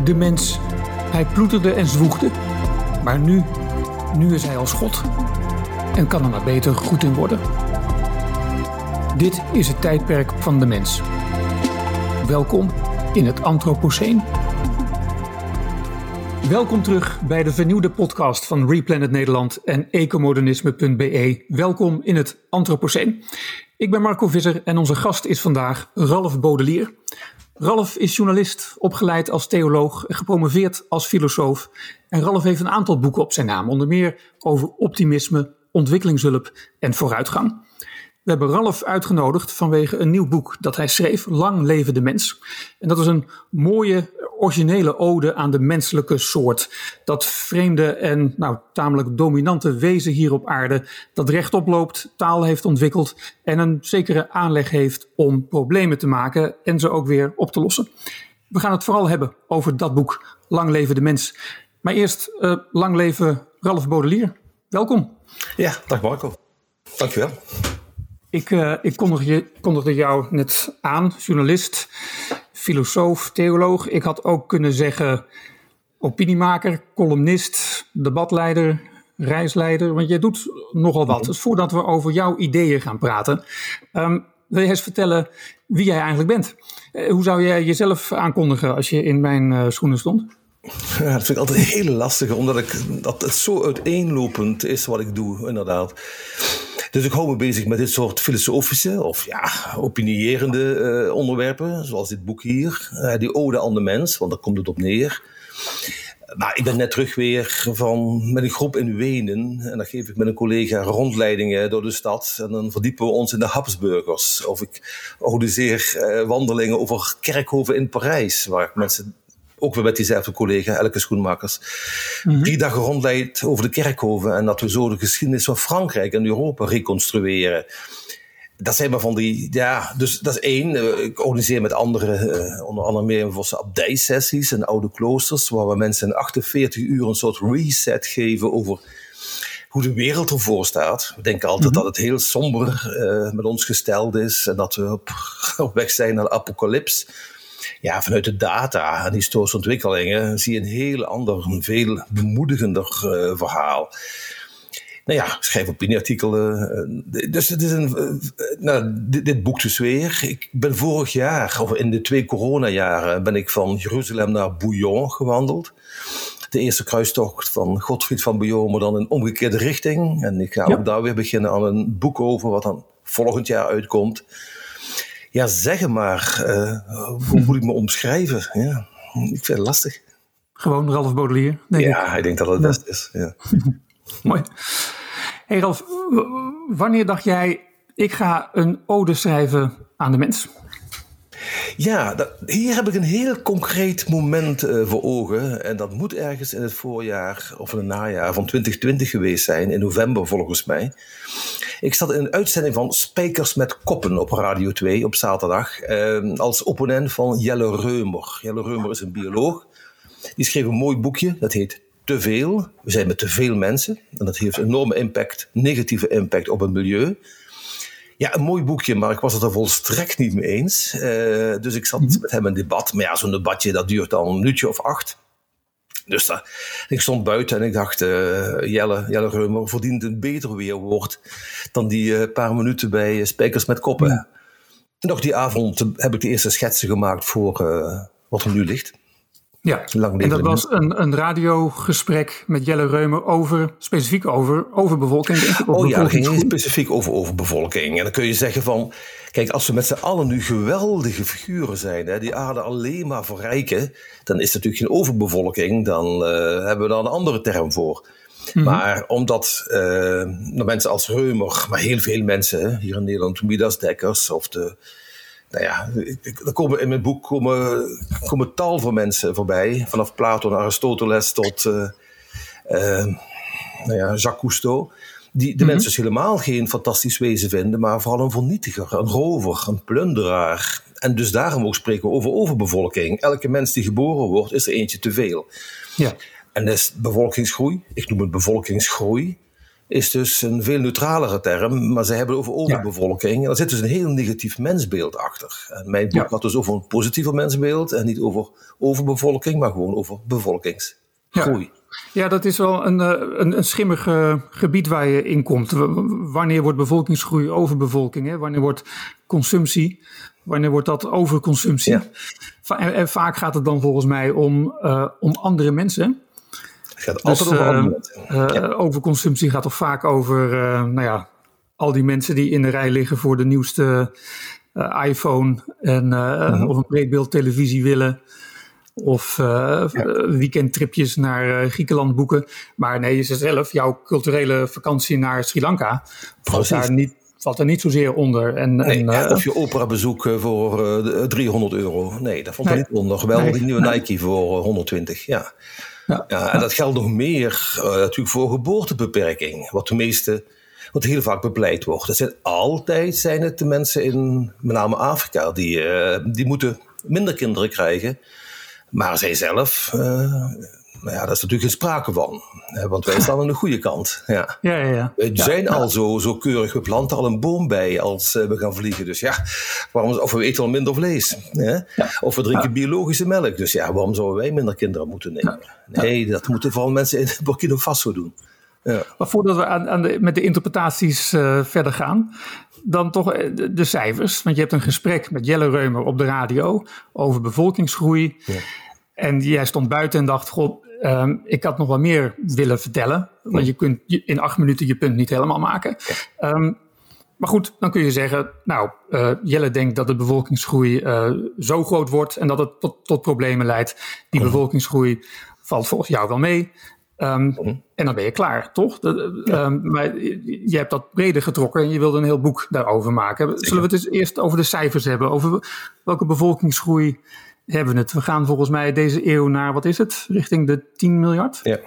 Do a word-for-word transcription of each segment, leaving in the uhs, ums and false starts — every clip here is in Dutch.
De mens, hij ploeterde en zwoegde. Maar nu, nu is hij als God. En kan er maar beter goed in worden. Dit is het tijdperk van de mens. Welkom in het Anthropoceen. Welkom terug bij de vernieuwde podcast van Replanet Nederland en ecomodernisme punt b e. Welkom in het Anthropoceen. Ik ben Marco Visser en onze gast is vandaag Ralph Baudelier. Ralph is journalist, opgeleid als theoloog en gepromoveerd als filosoof. En Ralph heeft een aantal boeken op zijn naam, onder meer over optimisme, ontwikkelingshulp en vooruitgang. We hebben Ralph uitgenodigd vanwege een nieuw boek dat hij schreef, Lang leven de mens. En dat is een mooie, originele ode aan de menselijke soort. Dat vreemde en nou, tamelijk dominante wezen hier op aarde dat rechtop loopt, taal heeft ontwikkeld en een zekere aanleg heeft om problemen te maken en ze ook weer op te lossen. We gaan het vooral hebben over dat boek, Lang leven de mens. Maar eerst, uh, lang leven Ralph Baudelier. Welkom. Ja, dag Marco. Dankjewel. Ik, uh, ik kondigde, kondigde jou net aan, journalist, filosoof, theoloog. Ik had ook kunnen zeggen opiniemaker, columnist, debatleider, reisleider. Want jij doet nogal wat. Dus voordat we over jouw ideeën gaan praten, um, wil je eens vertellen wie jij eigenlijk bent? Uh, hoe zou jij jezelf aankondigen als je in mijn uh, schoenen stond? Ja, dat vind ik altijd een hele lastige, omdat ik, dat het zo uiteenlopend is wat ik doe, inderdaad. Dus ik hou me bezig met dit soort filosofische of ja, opinierende uh, onderwerpen, zoals dit boek hier. Uh, die ode aan de mens, want daar komt het op neer. Maar ik ben net terug weer van, met een groep in Wenen. En dan geef ik met een collega rondleidingen door de stad. En dan verdiepen we ons in de Habsburgers. Of ik organiseer uh, wandelingen over kerkhoven in Parijs, waar ik mensen, ook weer met diezelfde collega, Elke Schoenmakers, mm-hmm. drie dagen rondleidt over de kerkhoven. En dat we zo de geschiedenis van Frankrijk en Europa reconstrueren. Dat zijn maar van die, ja, dus dat is één. Ik organiseer met anderen, uh, onder andere meer Vosse abdijsessies en oude kloosters, waar we mensen in achtenveertig uur een soort reset geven over hoe de wereld ervoor staat. We denken altijd mm-hmm. dat het heel somber uh, met ons gesteld is en dat we op, op weg zijn naar de apocalyps. Ja, vanuit de data en historische ontwikkelingen zie je een heel ander, een veel bemoedigender uh, verhaal. Nou ja, ik schrijf opinieartikelen. Uh, dus het is een, uh, nou, dit, dit boek dus weer. Ik ben vorig jaar, of in de twee coronajaren, ben ik van Jeruzalem naar Bouillon gewandeld. De eerste kruistocht van Godfried van Bouillon, maar dan in omgekeerde richting. En ik ga ja. ook daar weer beginnen aan een boek over, wat dan volgend jaar uitkomt. Ja, zeg maar, uh, hoe moet ik me omschrijven? Ja, ik vind het lastig. Gewoon Ralph Baudelier, denk ja, ik. Ja, ik denk dat het het beste is. Ja. Mooi. Hey Ralph, wanneer dacht jij, ik ga een ode schrijven aan de mens? Ja, dat, hier heb ik een heel concreet moment uh, voor ogen. En dat moet ergens in het voorjaar of in het najaar van twintig twintig geweest zijn. In november volgens mij. Ik zat in een uitzending van Spijkers met Koppen op Radio twee op zaterdag. Uh, als opponent van Jelle Reumer. Jelle Reumer is een bioloog. Die schreef een mooi boekje, dat heet Te veel. We zijn met te veel mensen. En dat heeft een enorme impact, negatieve impact op het milieu. Ja, een mooi boekje, maar ik was het er volstrekt niet mee eens. Uh, dus ik zat mm-hmm. met hem in debat. Maar ja, zo'n debatje dat duurt dan een minuutje of acht. Dus uh, ik stond buiten en ik dacht, uh, Jelle, Jelle Reumer verdient een beter weerwoord dan die uh, paar minuten bij uh, Spijkers met Koppen. Mm. En nog die avond heb ik de eerste schetsen gemaakt voor uh, wat er nu ligt. Ja, en dat was een, een radiogesprek met Jelle Reumer over, specifiek over overbevolking. Over oh ja, het ging niet specifiek over overbevolking. En dan kun je zeggen van, kijk, als we met z'n allen nu geweldige figuren zijn, hè, die aarde alleen maar verrijken, dan is het natuurlijk geen overbevolking, dan uh, hebben we daar een andere term voor. Mm-hmm. Maar omdat uh, mensen als Reumer, maar heel veel mensen hè, hier in Nederland, Midas Dekkers of de... Nou ja, er komen in mijn boek komen, komen tal van mensen voorbij. Vanaf Plato en Aristoteles tot uh, uh, nou ja, Jacques Cousteau. Die de mm-hmm. mensen dus helemaal geen fantastisch wezen vinden, maar vooral een vernietiger, een rover, een plunderaar. En dus daarom ook spreken we over overbevolking. Elke mens die geboren wordt, is er eentje te veel. Ja. En dat is bevolkingsgroei. Ik noem het bevolkingsgroei. is dus een veel neutralere term, maar ze hebben het over overbevolking. Ja. En daar zit dus een heel negatief mensbeeld achter. En mijn boek ja. had dus over een positiever mensbeeld en niet over overbevolking, maar gewoon over bevolkingsgroei. Ja. Ja, dat is wel een, een, een schimmig uh, gebied waar je in komt. W- wanneer wordt bevolkingsgroei overbevolking? Hè? Wanneer wordt consumptie? Wanneer wordt dat overconsumptie? Ja. Va- en, en vaak gaat het dan volgens mij om, uh, om andere mensen. Het gaat altijd dus, over andere mensen. Uh, ja. Overconsumptie gaat toch vaak over uh, nou ja, al die mensen die in de rij liggen voor de nieuwste uh, iPhone en, uh, mm-hmm. of een breedbeeldtelevisie willen. Of uh, ja. weekendtripjes naar uh, Griekenland boeken. Maar nee, zelf, jouw culturele vakantie naar Sri Lanka valt daar niet, valt er niet zozeer onder. En, nee, en, uh, of je operabezoek voor uh, driehonderd euro. Nee, dat valt nee. er niet onder. Wel nee. die nieuwe nee. Nike voor uh, honderdtwintig, ja. Ja. ja. En dat geldt nog meer uh, natuurlijk voor geboortebeperking. Wat de meeste, wat heel vaak bepleit wordt. Dat zijn altijd zijn het de mensen in met name Afrika die, uh, die moeten minder kinderen krijgen. Maar zij zelf, uh, nou ja, daar is natuurlijk geen sprake van. Hè, want wij staan aan de goede kant. Ja. Ja, ja, ja. We zijn ja, al ja. zo, zo keurig, we planten al een boom bij als uh, we gaan vliegen. Dus ja, waarom, of we eten al minder vlees. Hè? Ja. Of we drinken ja. biologische melk. Dus ja, waarom zouden wij minder kinderen moeten nemen? Ja. Nee, dat moeten vooral mensen in Burkina Faso doen. Ja. Maar voordat we aan, aan de, met de interpretaties uh, verder gaan, dan toch de, de cijfers. Want je hebt een gesprek met Jelle Reumer op de radio over bevolkingsgroei. Ja. En jij stond buiten en dacht, god, um, ik had nog wel meer willen vertellen. Want je kunt in acht minuten je punt niet helemaal maken. Ja. Um, maar goed, dan kun je zeggen, nou, uh, Jelle denkt dat de bevolkingsgroei uh, zo groot wordt en dat het tot, tot problemen leidt. Die mm. bevolkingsgroei valt volgens jou wel mee. Um, mm. En dan ben je klaar, toch? De, ja. um, maar je hebt dat breder getrokken en je wilde een heel boek daarover maken. Zullen we het eens eerst over de cijfers hebben? Over welke bevolkingsgroei hebben we het? We gaan volgens mij deze eeuw naar, wat is het? Richting de tien miljard? Ja.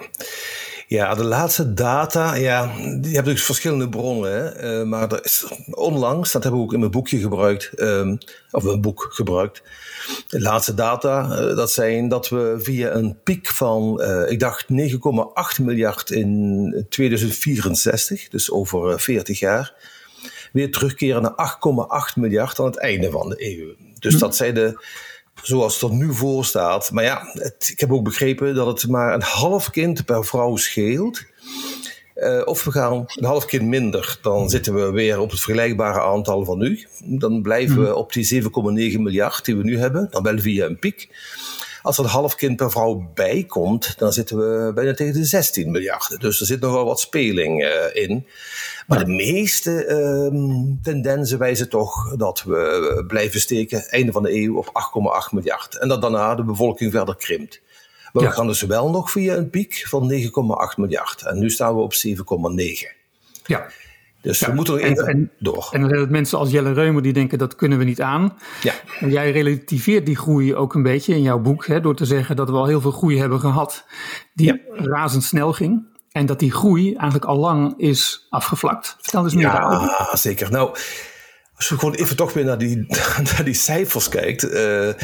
Ja, de laatste data, ja, die hebben natuurlijk verschillende bronnen. Hè? Uh, maar er is onlangs, dat hebben we ook in mijn boekje gebruikt, um, of mijn boek gebruikt. De laatste data, uh, dat zijn dat we via een piek van, uh, ik dacht negen komma acht miljard in tweeduizend vierenzestig, dus over uh, veertig jaar, weer terugkeren naar acht komma acht miljard aan het einde van de eeuw. Dus hm. dat zijn de, zoals het er nu voor staat. Maar ja, het, ik heb ook begrepen dat het maar een half kind per vrouw scheelt. Uh, of we gaan een half kind minder, dan zitten we weer op het vergelijkbare aantal van nu. Dan blijven we op die zeven komma negen miljard die we nu hebben, dan wel via een piek. Als er een half kind per vrouw bij komt, dan zitten we bijna tegen de zestien miljard. Dus er zit nog wel wat speling uh, in. Maar de meeste uh, tendensen wijzen toch dat we blijven steken, einde van de eeuw, op acht komma acht miljard. En dat daarna de bevolking verder krimpt. Maar ja. we gaan dus wel nog via een piek van negen komma acht miljard. En nu staan we op zeven komma negen. Ja. Dus ja. we moeten er even en, en, door. En dan zijn het mensen als Jelle Reumer die denken dat kunnen we niet aan. Ja. En jij relativeert die groei ook een beetje in jouw boek. Hè, door te zeggen dat we al heel veel groei hebben gehad die ja. razendsnel ging. En dat die groei eigenlijk al lang is afgevlakt. Vertel eens meer ja, daarover. Ja, zeker. Nou, als je gewoon even toch weer naar die, naar die cijfers kijkt. Uh,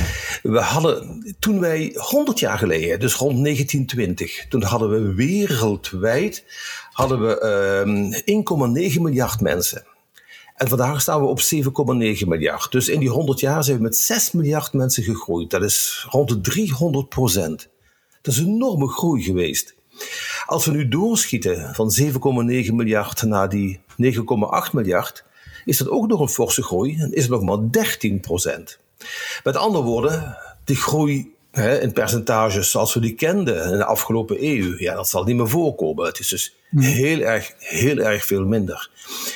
we hadden, toen wij honderd jaar geleden, dus rond negentien twintig, toen hadden we wereldwijd hadden we um, één komma negen miljard mensen. En vandaag staan we op zeven komma negen miljard. Dus in die honderd jaar zijn we met zes miljard mensen gegroeid. Dat is rond de driehonderd procent. Dat is een enorme groei geweest. Als we nu doorschieten van zeven komma negen miljard naar die negen komma acht miljard, is dat ook nog een forse groei en is het nog maar dertien procent. Met andere woorden, die groei hè, in percentages zoals we die kenden in de afgelopen eeuw, ja, dat zal niet meer voorkomen. Het is dus heel erg, heel erg veel minder.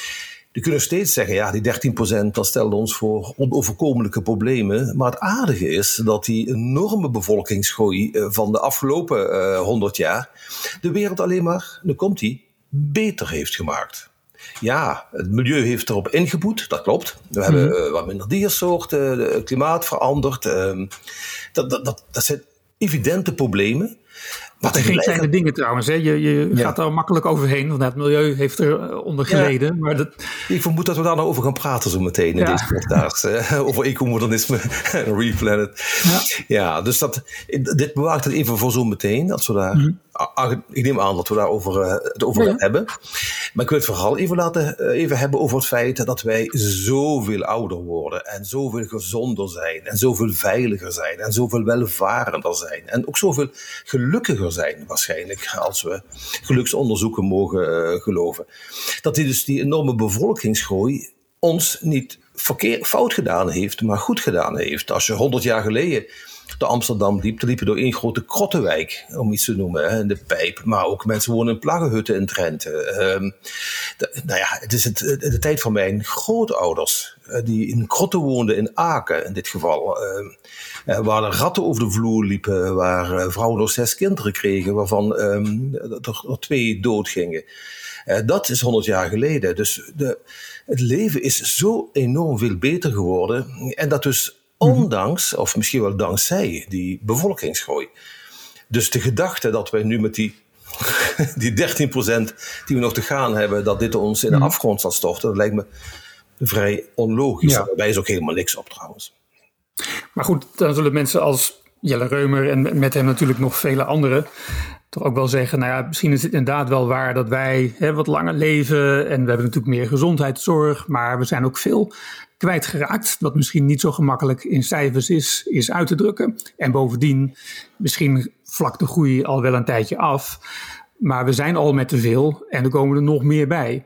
Je kunt nog steeds zeggen, ja, die dertien procent, dat stelde ons voor onoverkomelijke problemen. Maar het aardige is dat die enorme bevolkingsgroei van de afgelopen uh, honderd jaar de wereld alleen maar, nu komt die, beter heeft gemaakt. Ja, het milieu heeft erop ingeboet, dat klopt. We mm. hebben uh, wat minder diersoorten, het klimaat veranderd. Uh, dat, dat, dat, dat zijn evidente problemen. Wat er geen kleine dingen trouwens. Hè? Je, je ja. gaat er makkelijk overheen. Want het milieu heeft er onder geleden. Ja. Maar dat... Ik vermoed dat we daar nog over gaan praten zo meteen in ja. deze podcast. Hè? Over ecomodernisme en Replanet. Ja. ja, dus dat, dit bewaakt het even voor zo meteen. Dat we daar, mm-hmm. Ik neem aan dat we daarover uh, het over ja. hebben. Maar ik wil het vooral even, laten, even hebben over het feit dat wij zoveel ouder worden en zoveel gezonder zijn en zoveel veiliger zijn en zoveel welvarender zijn en ook zoveel gelukkiger zijn waarschijnlijk als we geluksonderzoeken mogen uh, geloven. Dat die dus die enorme bevolkingsgroei ons niet verkeerd, fout gedaan heeft, maar goed gedaan heeft. Als je honderd jaar geleden de Amsterdam liep, dan liepen door één grote krottenwijk, om iets te noemen, hè, de Pijp. Maar ook mensen wonen in plaggenhutten in Drenthe. Um, de, nou ja, het is het, de, de tijd van mijn grootouders, uh, die in krotten woonden in Aken, in dit geval. Uh, uh, waar er ratten over de vloer liepen, waar uh, vrouwen nog zes kinderen kregen, waarvan um, er, er twee doodgingen. Uh, dat is honderd jaar geleden. Dus de, het leven is zo enorm veel beter geworden. En dat dus ondanks, of misschien wel dankzij, die bevolkingsgroei. Dus de gedachte dat wij nu met die, die dertien procent die we nog te gaan hebben, dat dit ons in de afgrond zal storten, dat lijkt me vrij onlogisch. Ja. Daar wijst ook helemaal niks op trouwens. Maar goed, dan zullen mensen als Jelle Reumer en met hem natuurlijk nog vele anderen toch ook wel zeggen, nou ja, misschien is het inderdaad wel waar dat wij hè, wat langer leven en we hebben natuurlijk meer gezondheidszorg, maar we zijn ook veel kwijtgeraakt, wat misschien niet zo gemakkelijk in cijfers is, is uit te drukken. En bovendien, misschien vlakt de groei al wel een tijdje af, maar we zijn al met te veel en er komen er nog meer bij.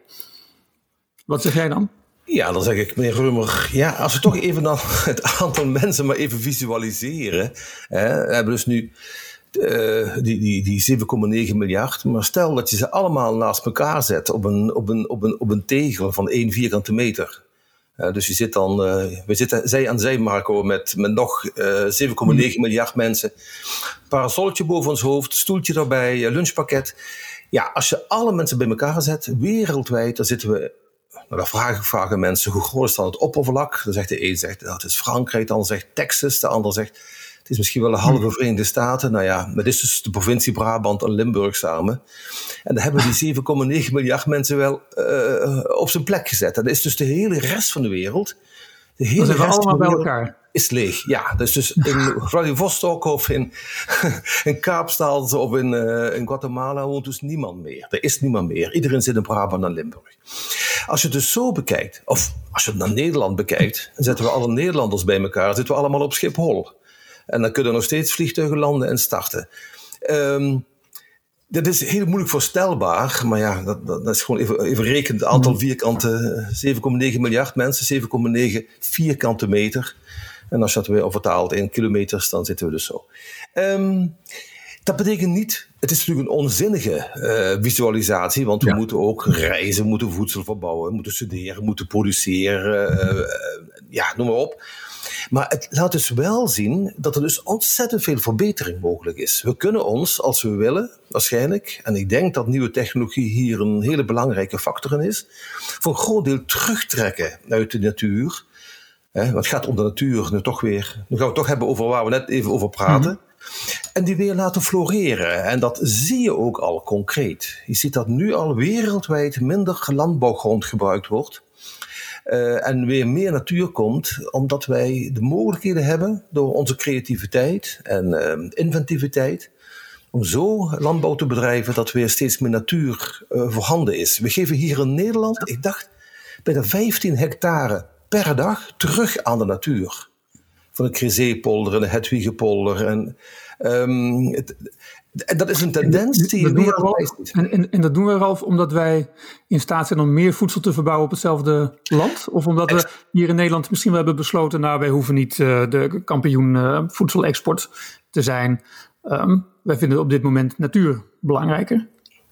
Wat zeg jij dan? Ja, dan zeg ik, meneer Reumer, ja, als we toch even dan het aantal mensen maar even visualiseren. Hè, we hebben dus nu Uh, die, die, die zeven komma negen miljard. Maar stel dat je ze allemaal naast elkaar zet op een, op een, op een, op een tegel van één vierkante meter. Uh, dus je zit dan, uh, we zitten zij aan zij, Marco, met, met nog uh, zeven komma negen miljard mensen. Parasoltje boven ons hoofd, stoeltje erbij, lunchpakket. Ja, als je alle mensen bij elkaar zet, wereldwijd, dan zitten we. Nou, dan vragen, vragen mensen hoe groot is dan het oppervlak. Dan zegt de een zegt, nou, het is Frankrijk, de ander zegt Texas, de ander zegt het is misschien wel een halve Verenigde Staten. Nou ja, dat is dus de provincie Brabant en Limburg samen. En dan hebben we die zeven komma negen miljard mensen wel uh, op zijn plek gezet. En dat is dus de hele rest van de wereld. De hele dat rest allemaal bij elkaar. Is leeg, ja. Dus, dus in Vladivostok of in, in Kaapstad of in, uh, in Guatemala woont dus niemand meer. Er is niemand meer. Iedereen zit in Brabant en Limburg. Als je het dus zo bekijkt, of als je het naar Nederland bekijkt, dan zetten we alle Nederlanders bij elkaar, zitten we allemaal op Schiphol. En dan kunnen er nog steeds vliegtuigen landen en starten. Um, dat is heel moeilijk voorstelbaar, maar ja, dat, dat, dat is gewoon even, even rekenen. Het aantal vierkante, zeven komma negen miljard mensen, zeven komma negen vierkante meter. En als je dat weer vertaalt in kilometers, dan zitten we dus zo. Um, dat betekent niet, het is natuurlijk een onzinnige uh, visualisatie, want we ja. moeten ook reizen, moeten voedsel verbouwen, moeten studeren, moeten produceren, uh, uh, ja, noem maar op. Maar het laat dus wel zien dat er dus ontzettend veel verbetering mogelijk is. We kunnen ons, als we willen, waarschijnlijk, en ik denk dat nieuwe technologie hier een hele belangrijke factor in is, voor een groot deel terugtrekken uit de natuur. Want het gaat om de natuur nu toch weer, nu gaan we het toch hebben over waar we net even over praten. Mm-hmm. En die weer laten floreren. En dat zie je ook al concreet. Je ziet dat nu al wereldwijd minder landbouwgrond gebruikt wordt. Uh, en weer meer natuur komt, omdat wij de mogelijkheden hebben door onze creativiteit en uh, inventiviteit, om zo landbouw te bedrijven dat weer steeds meer natuur uh, voorhanden is. We geven hier in Nederland, ik dacht, bijna vijftien hectare per dag terug aan de natuur. Van de Crézépolder en de Hedwigepolder. En, um, het, en dat is een tendens die je wereldwijd ziet. En, en, en dat doen we, Ralf, omdat wij in staat zijn om meer voedsel te verbouwen op hetzelfde land? Of omdat we hier in Nederland misschien wel hebben besloten, nou, wij hoeven niet uh, de kampioen uh, voedselexport te zijn. Um, wij vinden op dit moment natuur belangrijker.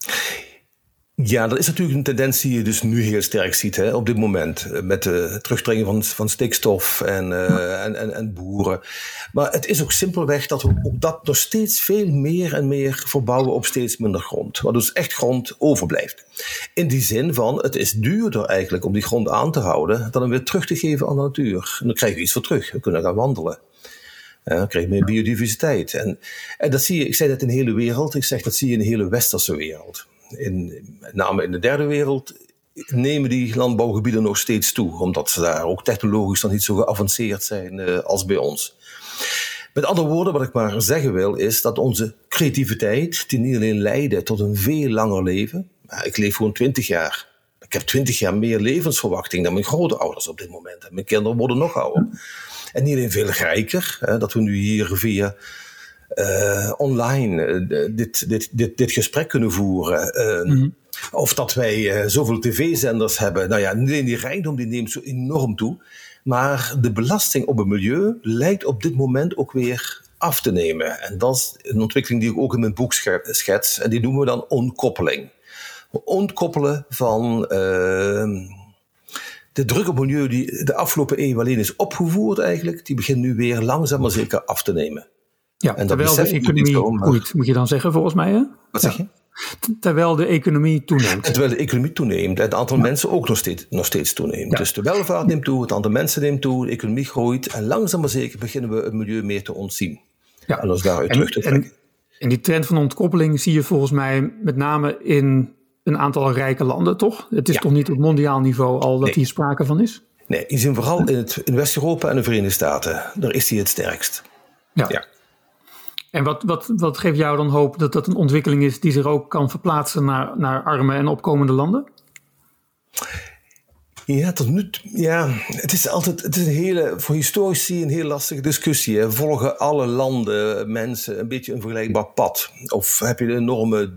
Ja, dat is natuurlijk een tendens die je dus nu heel sterk ziet, hè, op dit moment. Met het terugdringen van, van stikstof en, uh, en, en, en boeren. Maar het is ook simpelweg dat we ook dat nog steeds veel meer en meer verbouwen op steeds minder grond. Waar dus echt grond overblijft. In die zin van, het is duurder eigenlijk om die grond aan te houden dan hem weer terug te geven aan de natuur. En dan krijgen we iets voor terug. We kunnen gaan wandelen. Ja, dan krijg je meer biodiversiteit. En, en dat zie je, ik zei dat in de hele wereld, ik zeg dat zie je in de hele westerse wereld. In, met name in de derde wereld nemen die landbouwgebieden nog steeds toe, omdat ze daar ook technologisch dan niet zo geavanceerd zijn uh, als bij ons. Met andere woorden, wat ik maar zeggen wil, is dat onze creativiteit, die niet alleen leiden tot een veel langer leven, Ik leef gewoon twintig jaar. Ik heb twintig jaar meer levensverwachting dan mijn grootouders op dit moment. En mijn kinderen worden nog ouder. En niet alleen veel rijker, hè, dat we nu hier via uh, online uh, dit, dit, dit, dit gesprek kunnen voeren. Uh, mm-hmm. Of dat wij uh, zoveel tv-zenders hebben. Nou ja, niet alleen die rijkdom die neemt zo enorm toe. Maar de belasting op het milieu lijkt op dit moment ook weer af te nemen. En dat is een ontwikkeling die ik ook in mijn boek schets. En die noemen we dan ontkoppeling. Ontkoppelen van uh, de druk op het milieu die de afgelopen eeuw alleen is opgevoerd eigenlijk. Die begint nu weer langzaam maar zeker af te nemen. Ja, en terwijl de economie groeit, moet je dan zeggen volgens mij. Hè? Wat zeg je? Ja. Terwijl de economie toeneemt. En terwijl de economie toeneemt en het aantal ja. mensen ook nog steeds, nog steeds toeneemt. Ja. Dus de welvaart neemt toe, het aantal mensen neemt toe, de economie groeit. En langzaam maar zeker beginnen we het milieu meer te ontzien. Ja. En ons daaruit en, terug te trekken. En, en die trend van ontkoppeling zie je volgens mij met name in een aantal rijke landen, toch? Het is ja. toch niet op mondiaal niveau al dat nee. hier sprake van is? Nee, die zijn vooral in, het, in West-Europa en de Verenigde Staten. Daar is die het sterkst. Ja. ja. En wat, wat, wat geeft jou dan hoop dat dat een ontwikkeling is die zich ook kan verplaatsen naar, naar arme en opkomende landen? Ja, tot nu toe, ja, het is altijd, het is een hele, voor historici een heel lastige discussie. Hè. Volgen alle landen, mensen een beetje een vergelijkbaar pad? Of heb je enorme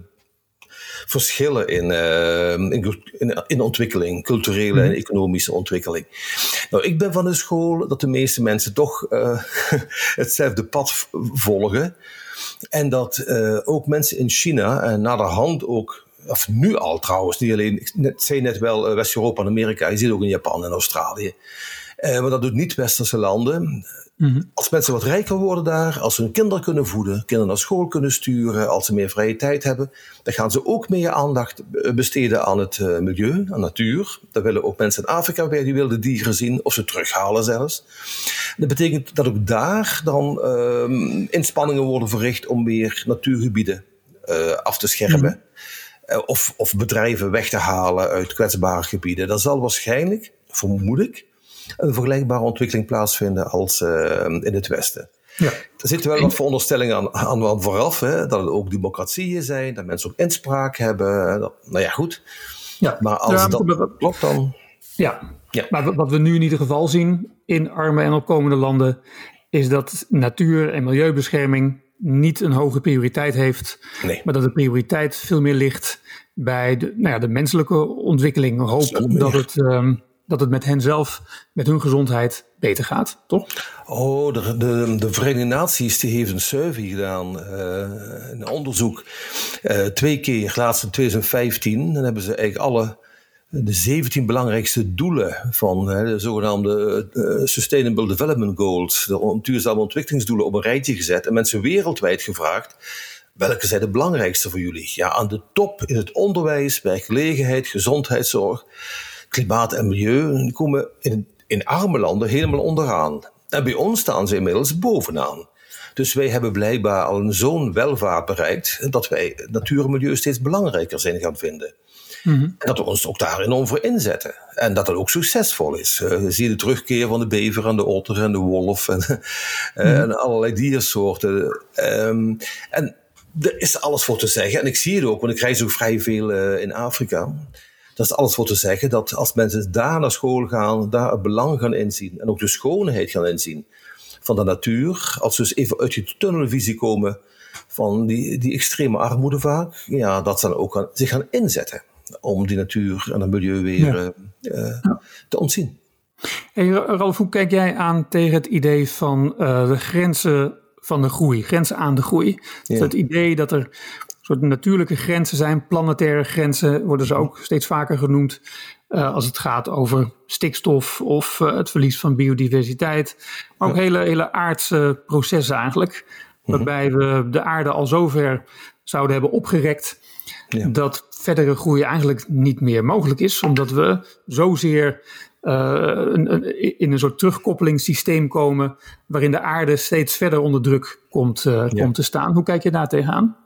verschillen in, uh, in, in, in ontwikkeling, culturele en economische ontwikkeling? Nou, ik ben van de school dat de meeste mensen toch uh, hetzelfde pad volgen. En dat uh, ook mensen in China en naderhand ook, of nu al trouwens, niet alleen, ik zei net wel uh, West-Europa en Amerika, je ziet ook in Japan en Australië. Uh, maar dat doet niet westerse landen. Mm-hmm. Als mensen wat rijker worden daar, als ze hun kinderen kunnen voeden, kinderen naar school kunnen sturen, als ze meer vrije tijd hebben, dan gaan ze ook meer aandacht besteden aan het uh, milieu, aan natuur. Dan willen ook mensen in Afrika weer die wilde dieren zien, of ze terughalen zelfs. Dat betekent dat ook daar dan uh, inspanningen worden verricht om weer natuurgebieden uh, af te schermen. Mm-hmm. Uh, of, of bedrijven weg te halen uit kwetsbare gebieden. Dat zal waarschijnlijk, vermoed ik, een vergelijkbare ontwikkeling plaatsvinden als uh, in het Westen. Ja. Er zitten wel wat veronderstellingen aan, aan, aan vooraf, hè, dat het ook democratieën zijn, dat mensen ook inspraak hebben. Dat, nou ja, goed. Ja. Maar als ja, dat maar, klopt dan... Ja. ja, maar wat we nu in ieder geval zien in arme en opkomende landen, is dat natuur- en milieubescherming niet een hoge prioriteit heeft, nee. maar dat de prioriteit veel meer ligt bij de, nou ja, de menselijke ontwikkeling. Hoop dat het... Um, dat het met hen zelf, met hun gezondheid beter gaat, toch? Oh, de, de, de Verenigde Naties die heeft een survey gedaan, uh, een onderzoek, uh, twee keer, laatst in twintig vijftien. Dan hebben ze eigenlijk alle, de zeventien belangrijkste doelen van uh, de zogenaamde uh, Sustainable Development Goals, de duurzame ontwikkelingsdoelen, op een rijtje gezet en mensen wereldwijd gevraagd, welke zijn de belangrijkste voor jullie? Ja, aan de top is het onderwijs, werkgelegenheid, gezondheidszorg, klimaat en milieu, die komen in, in arme landen helemaal onderaan. En bij ons staan ze inmiddels bovenaan. Dus wij hebben blijkbaar al een zo'n welvaart bereikt dat wij natuur en milieu steeds belangrijker zijn gaan vinden. Mm-hmm. En dat we ons ook daar enorm voor inzetten. En dat het ook succesvol is. Uh, zie je de terugkeer van de bever en de otter en de wolf en, uh, mm-hmm. en allerlei diersoorten. Um, en er is alles voor te zeggen. En ik zie het ook, want ik reis ook vrij veel uh, in Afrika. Dat is alles voor te zeggen dat als mensen daar naar school gaan, daar het belang gaan inzien en ook de schoonheid gaan inzien van de natuur, als ze dus even uit die tunnelvisie komen van die, die extreme armoede vaak, ja, dat ze dan ook gaan, zich gaan inzetten om die natuur en het milieu weer ja. uh, ja. te ontzien. Hey, Ralf, hoe kijk jij aan tegen het idee van uh, de grenzen van de groei, grenzen aan de groei? Ja. Het idee dat er soort natuurlijke grenzen zijn, planetaire grenzen worden ze ook steeds vaker genoemd uh, als het gaat over stikstof of uh, het verlies van biodiversiteit. Maar ook ja. hele, hele aardse processen eigenlijk, waarbij we de aarde al zover zouden hebben opgerekt ja. dat verdere groei eigenlijk niet meer mogelijk is, omdat we zozeer uh, een, een, in een soort terugkoppelingssysteem komen waarin de aarde steeds verder onder druk komt, uh, ja. komt te staan. Hoe kijk je daar tegenaan?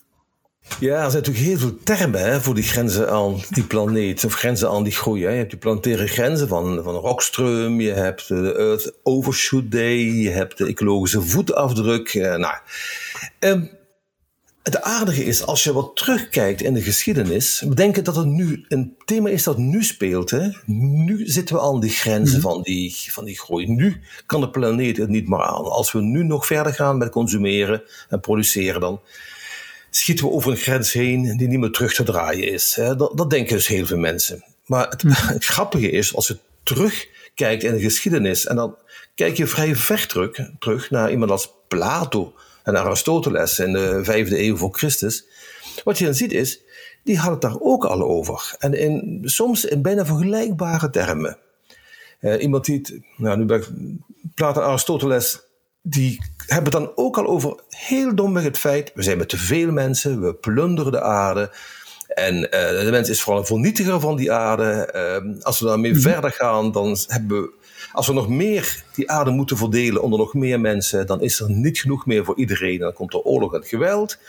Ja, er zijn natuurlijk heel veel termen hè, voor die grenzen aan die planeet, of grenzen aan die groei. Hè. Je hebt de planetaire grenzen van, van Rockström, je hebt de Earth Overshoot Day, je hebt de ecologische voetafdruk. Eh, nou, eh, Het aardige is, als je wat terugkijkt in de geschiedenis, bedenken dat het nu een thema is dat nu speelt. Hè? Nu zitten we aan de grenzen mm-hmm. van, die, van die groei. Nu kan de planeet het niet meer aan. Als we nu nog verder gaan met consumeren en produceren, dan schieten we over een grens heen die niet meer terug te draaien is. Hè? Dat, dat denken dus heel veel mensen. Maar het, mm-hmm. het grappige is, als je terugkijkt in de geschiedenis, en dan kijk je vrij ver terug, terug naar iemand als Plato en Aristoteles in de vijfde eeuw voor Christus. Wat je dan ziet is, die hadden het daar ook al over. En in, soms in bijna vergelijkbare termen. Uh, iemand die, het, nou nu ben ik, Plato en Aristoteles, die hebben het dan ook al over heel domweg het feit, we zijn met te veel mensen, we plunderen de aarde. En uh, de mens is vooral een vernietiger van die aarde. Uh, als we daarmee mm-hmm. verder gaan, dan hebben we, als we nog meer die aarde moeten verdelen onder nog meer mensen, dan is er niet genoeg meer voor iedereen. Dan komt er oorlog en geweld.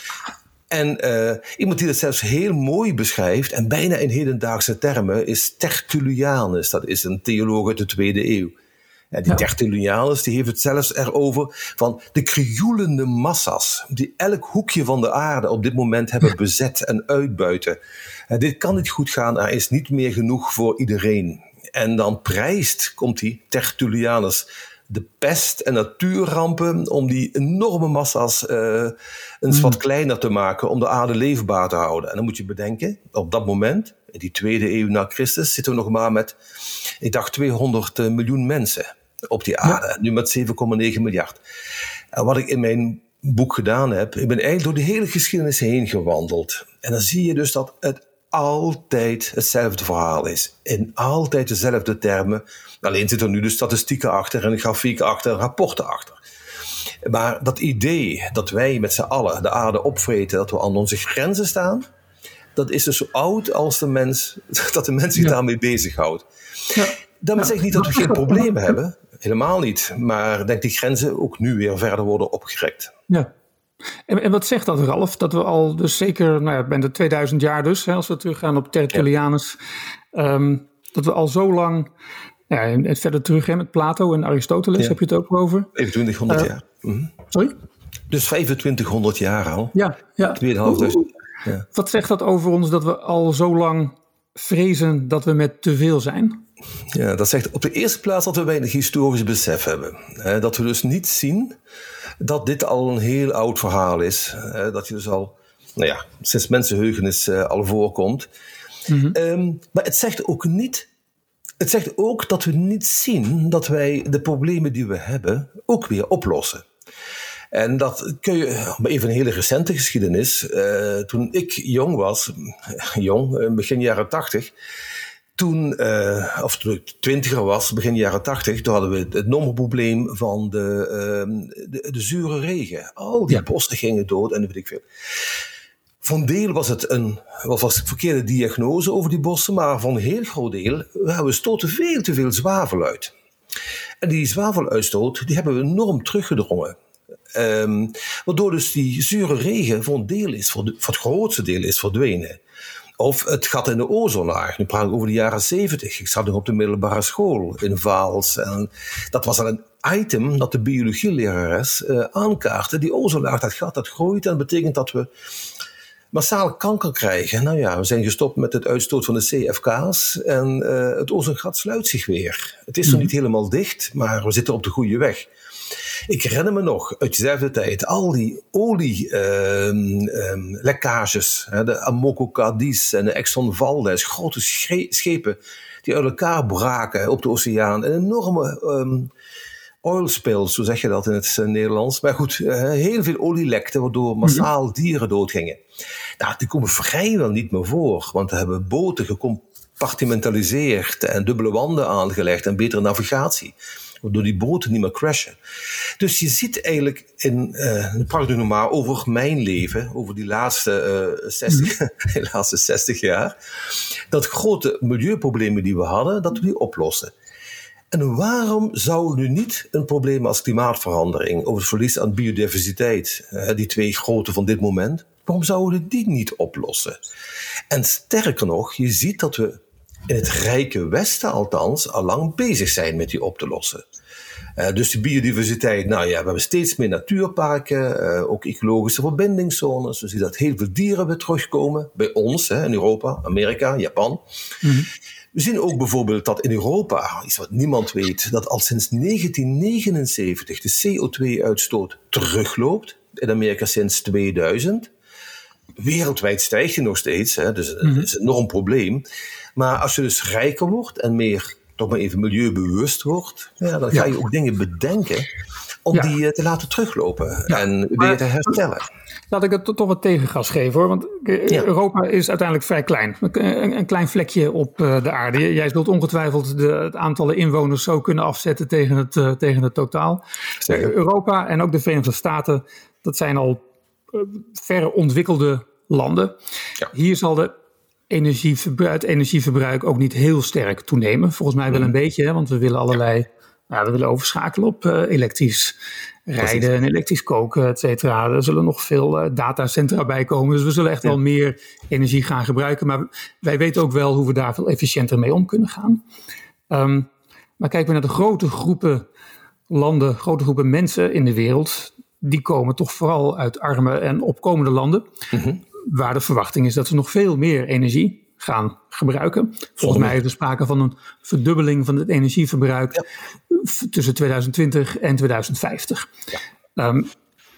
En uh, iemand die dat zelfs heel mooi beschrijft, en bijna in hedendaagse termen, is Tertullianus. Dat is een theoloog uit de tweede eeuw. En die ja. Tertullianus die heeft het zelfs erover van de krioelende massa's die elk hoekje van de aarde op dit moment hebben bezet en uitbuiten. En dit kan niet goed gaan, er is niet meer genoeg voor iedereen. En dan prijst, komt die Tertullianus, de pest en natuurrampen om die enorme massa's uh, eens wat kleiner te maken, om de aarde leefbaar te houden. En dan moet je bedenken, op dat moment, in die tweede eeuw na Christus, zitten we nog maar met, ik dacht, tweehonderd miljoen mensen op die aarde. Ja. Nu met zeven komma negen miljard. En wat ik in mijn boek gedaan heb, ik ben eigenlijk door de hele geschiedenis heen gewandeld. En dan zie je dus dat het altijd hetzelfde verhaal is. In altijd dezelfde termen. Alleen zitten er nu de statistieken achter en de grafieken achter en rapporten achter. Maar dat idee dat wij met z'n allen de aarde opvreten, dat we aan onze grenzen staan, dat is dus zo oud als de mens, dat de mens zich ja. daarmee bezighoudt. Ja. Dat betekent niet dat we geen problemen hebben. Helemaal niet. Maar ik denk die grenzen ook nu weer verder worden opgerekt. Ja. En, en wat zegt dat, Ralf? Dat we al dus zeker, nou ja, bij de tweeduizend jaar dus, hè, als we teruggaan op Tertullianus, ja. um, dat we al zo lang, ja, en verder terug hè, met Plato en Aristoteles, ja. heb je het ook over? vijfentwintighonderd uh, jaar. Mm-hmm. Sorry? Dus vijfentwintighonderd jaar al. Ja, ja. tweeduizend. Ja. Wat zegt dat over ons dat we al zo lang vrezen dat we met te veel zijn? Ja, dat zegt op de eerste plaats dat we weinig historisch besef hebben. He, dat we dus niet zien dat dit al een heel oud verhaal is. He, dat je dus al, nou ja, sinds mensenheugenis uh, al voorkomt. Mm-hmm. Um, maar het zegt ook niet, het zegt ook dat we niet zien dat wij de problemen die we hebben ook weer oplossen. En dat kun je, even een hele recente geschiedenis. Uh, toen ik jong was, jong, begin jaren tachtig, toen, uh, of toen ik twintiger was, begin jaren tachtig, toen hadden we het enorme probleem van de, uh, de, de zure regen. Al die ja. bossen gingen dood en weet ik veel. Van deel was het een was een verkeerde diagnose over die bossen, maar van een heel groot deel, we stoten veel te veel zwavel uit. En die zwaveluitstoot, die hebben we enorm teruggedrongen. Um, waardoor dus die zure regen voor een deel is, voor, de, voor het grootste deel is verdwenen. Of het gat in de ozonlaag. Nu praat ik over de jaren zeventig. Ik zat nog op de middelbare school in Vaals. En dat was al een item dat de biologielerares uh, aankaartte. Die ozonlaag, dat gat, dat groeit. En dat betekent dat we massaal kanker krijgen. Nou ja, we zijn gestopt met het uitstoot van de C F K's. En uh, het ozongat sluit zich weer. Het is nog mm. niet helemaal dicht, maar we zitten op de goede weg. Ik herinner me nog uit dezelfde tijd al die olielekkages, um, um, de Amoco Cadiz en de Exxon Valdez, grote sche- schepen die uit elkaar braken op de oceaan. Een enorme um, oil spill, zo zeg je dat in het uh, Nederlands. Maar goed, uh, heel veel olielekten waardoor massaal mm-hmm. dieren doodgingen. Nou, die komen vrijwel niet meer voor, want we hebben boten gecompartimentaliseerd en dubbele wanden aangelegd en betere navigatie. Waardoor die boten niet meer crashen. Dus je ziet eigenlijk in, uh, praat nu nog maar over mijn leven, over die laatste, uh, zestig, mm. die laatste zestig jaar, dat grote milieuproblemen die we hadden, dat we die oplossen. En waarom zou nu niet een probleem als klimaatverandering, of het verlies aan biodiversiteit, uh, die twee grote van dit moment, waarom zouden we die niet oplossen? En sterker nog, je ziet dat we in het rijke Westen althans al lang bezig zijn met die op te lossen. Uh, dus de biodiversiteit, nou ja, we hebben steeds meer natuurparken, uh, ook ecologische verbindingszones. We zien dat heel veel dieren weer terugkomen, bij ons, hè, in Europa, Amerika, Japan. Mm-hmm. We zien ook bijvoorbeeld dat in Europa, iets wat niemand weet, dat al sinds negentien negenenzeventig de C O twee uitstoot terugloopt. In Amerika sinds tweeduizend. Wereldwijd stijgt hij nog steeds, hè, dus mm-hmm. dat is een enorm probleem. Maar als je dus rijker wordt en meer, toch maar even milieubewust wordt, ja, dan ga je ja. ook dingen bedenken om ja. die uh, te laten teruglopen ja. en weer maar, te herstellen. Laat ik het toch wat tegengas geven hoor, want ja. Europa is uiteindelijk vrij klein. Een, een klein vlekje op uh, de aarde. Jij zult ongetwijfeld de, het aantal inwoners zo kunnen afzetten tegen het, uh, tegen het totaal. Uh, Europa en ook de Verenigde Staten, dat zijn al uh, verre ontwikkelde landen. Ja. Hier zal de energieverbruik, het energieverbruik ook niet heel sterk toenemen. Volgens mij wel een mm. beetje, hè, want we willen allerlei... Ja. Nou, we willen overschakelen op uh, elektrisch rijden Precies. en elektrisch koken, et cetera. Er zullen nog veel uh, datacentra bij komen. Dus we zullen echt ja. wel meer energie gaan gebruiken. Maar wij weten ook wel hoe we daar veel efficiënter mee om kunnen gaan. Um, maar kijken we naar de grote groepen landen, grote groepen mensen in de wereld. Die komen toch vooral uit arme en opkomende landen. Mm-hmm. Waar de verwachting is dat ze nog veel meer energie gaan gebruiken. Volgens mij is er sprake van een verdubbeling van het energieverbruik ja. f- tussen tweeduizend twintig en tweeduizend vijftig. Ja. Um,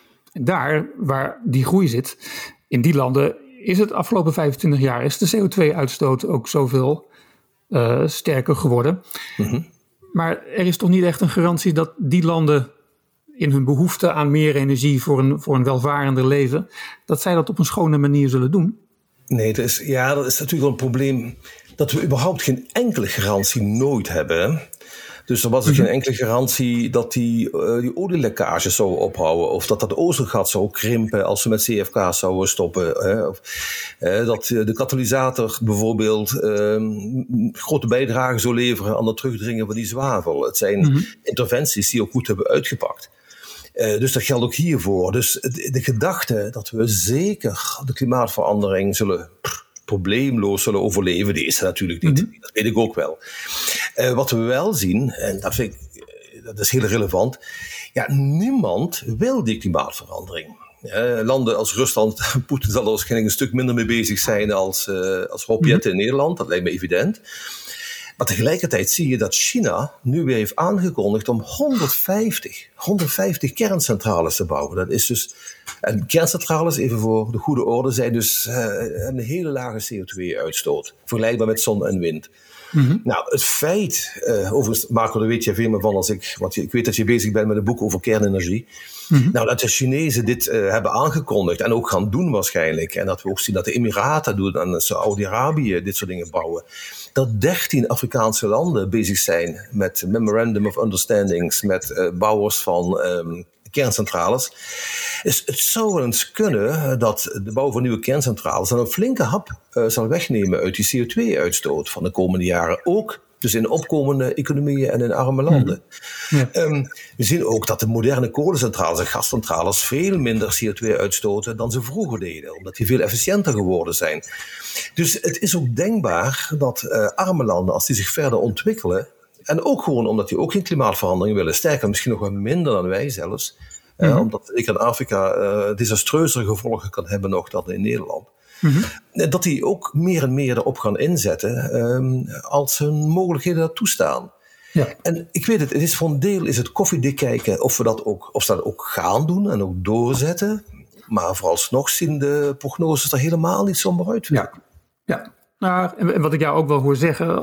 daar waar die groei zit, in die landen is het afgelopen vijfentwintig jaar is de C O twee uitstoot ook zoveel uh, sterker geworden. Mm-hmm. Maar er is toch niet echt een garantie dat die landen in hun behoefte aan meer energie voor een, voor een welvarender leven, dat zij dat op een schone manier zullen doen? Nee, dat is, ja, dat is natuurlijk wel een probleem dat we überhaupt geen enkele garantie nooit hebben. Dus er was er geen enkele garantie dat die, uh, die olielekkages zouden ophouden. Of dat dat ozongat zou krimpen als we met C F K's zouden stoppen. Hè? Of uh, dat de katalysator bijvoorbeeld uh, grote bijdrage zou leveren aan het terugdringen van die zwavel. Het zijn mm-hmm. interventies die ook goed hebben uitgepakt. Uh, dus dat geldt ook hiervoor. Dus de, de gedachte dat we zeker de klimaatverandering zullen pff, probleemloos zullen overleven, die is er natuurlijk niet. Mm-hmm. Dat weet ik ook wel. Uh, wat we wel zien, en dat vind ik, dat is heel relevant, ja, niemand wil die klimaatverandering. Uh, landen als Rusland, Poetin zal er waarschijnlijk een stuk minder mee bezig zijn als, uh, als Rob Jetten mm-hmm. in Nederland, dat lijkt me evident. Maar tegelijkertijd zie je dat China nu weer heeft aangekondigd om honderdvijftig, honderdvijftig kerncentrales te bouwen. Dat is dus, en kerncentrales, even voor de goede orde, zijn dus uh, een hele lage C O twee uitstoot. Vergelijkbaar met zon en wind. Mm-hmm. Nou, het feit, uh, overigens Marco, daar weet je veel meer van als ik, want ik weet dat je bezig bent met een boek over kernenergie. Mm-hmm. Nou, dat de Chinezen dit uh, hebben aangekondigd en ook gaan doen waarschijnlijk. En dat we ook zien dat de Emiraten doen en Saudi-Arabië dit soort dingen bouwen. Dat dertien Afrikaanse landen bezig zijn met Memorandum of Understandings, met uh, bouwers van um, kerncentrales. Dus het zou eens kunnen dat de bouw van nieuwe kerncentrales dan een flinke hap uh, zal wegnemen uit die C O twee uitstoot van de komende jaren. Ook dus in opkomende economieën en in arme landen. Ja. Um, we zien ook dat de moderne kolencentrales en gascentrales veel minder C O twee uitstoten dan ze vroeger deden, omdat die veel efficiënter geworden zijn. Dus het is ook denkbaar dat uh, arme landen, als die zich verder ontwikkelen, en ook gewoon omdat die ook geen klimaatverandering willen, sterker misschien nog wel minder dan wij zelfs, mm-hmm. uh, omdat ik in Afrika uh, desastreuzere gevolgen kan hebben nog dan in Nederland. Mm-hmm. Dat die ook meer en meer erop gaan inzetten um, als hun mogelijkheden dat toestaan. Ja. En ik weet het, het is voor een deel is het koffiedik kijken of we dat ook, of ze dat ook gaan doen en ook doorzetten. Maar vooralsnog zien de prognoses er helemaal niet somber uit. Ja, ja. Nou, en wat ik jou ook wel hoor zeggen,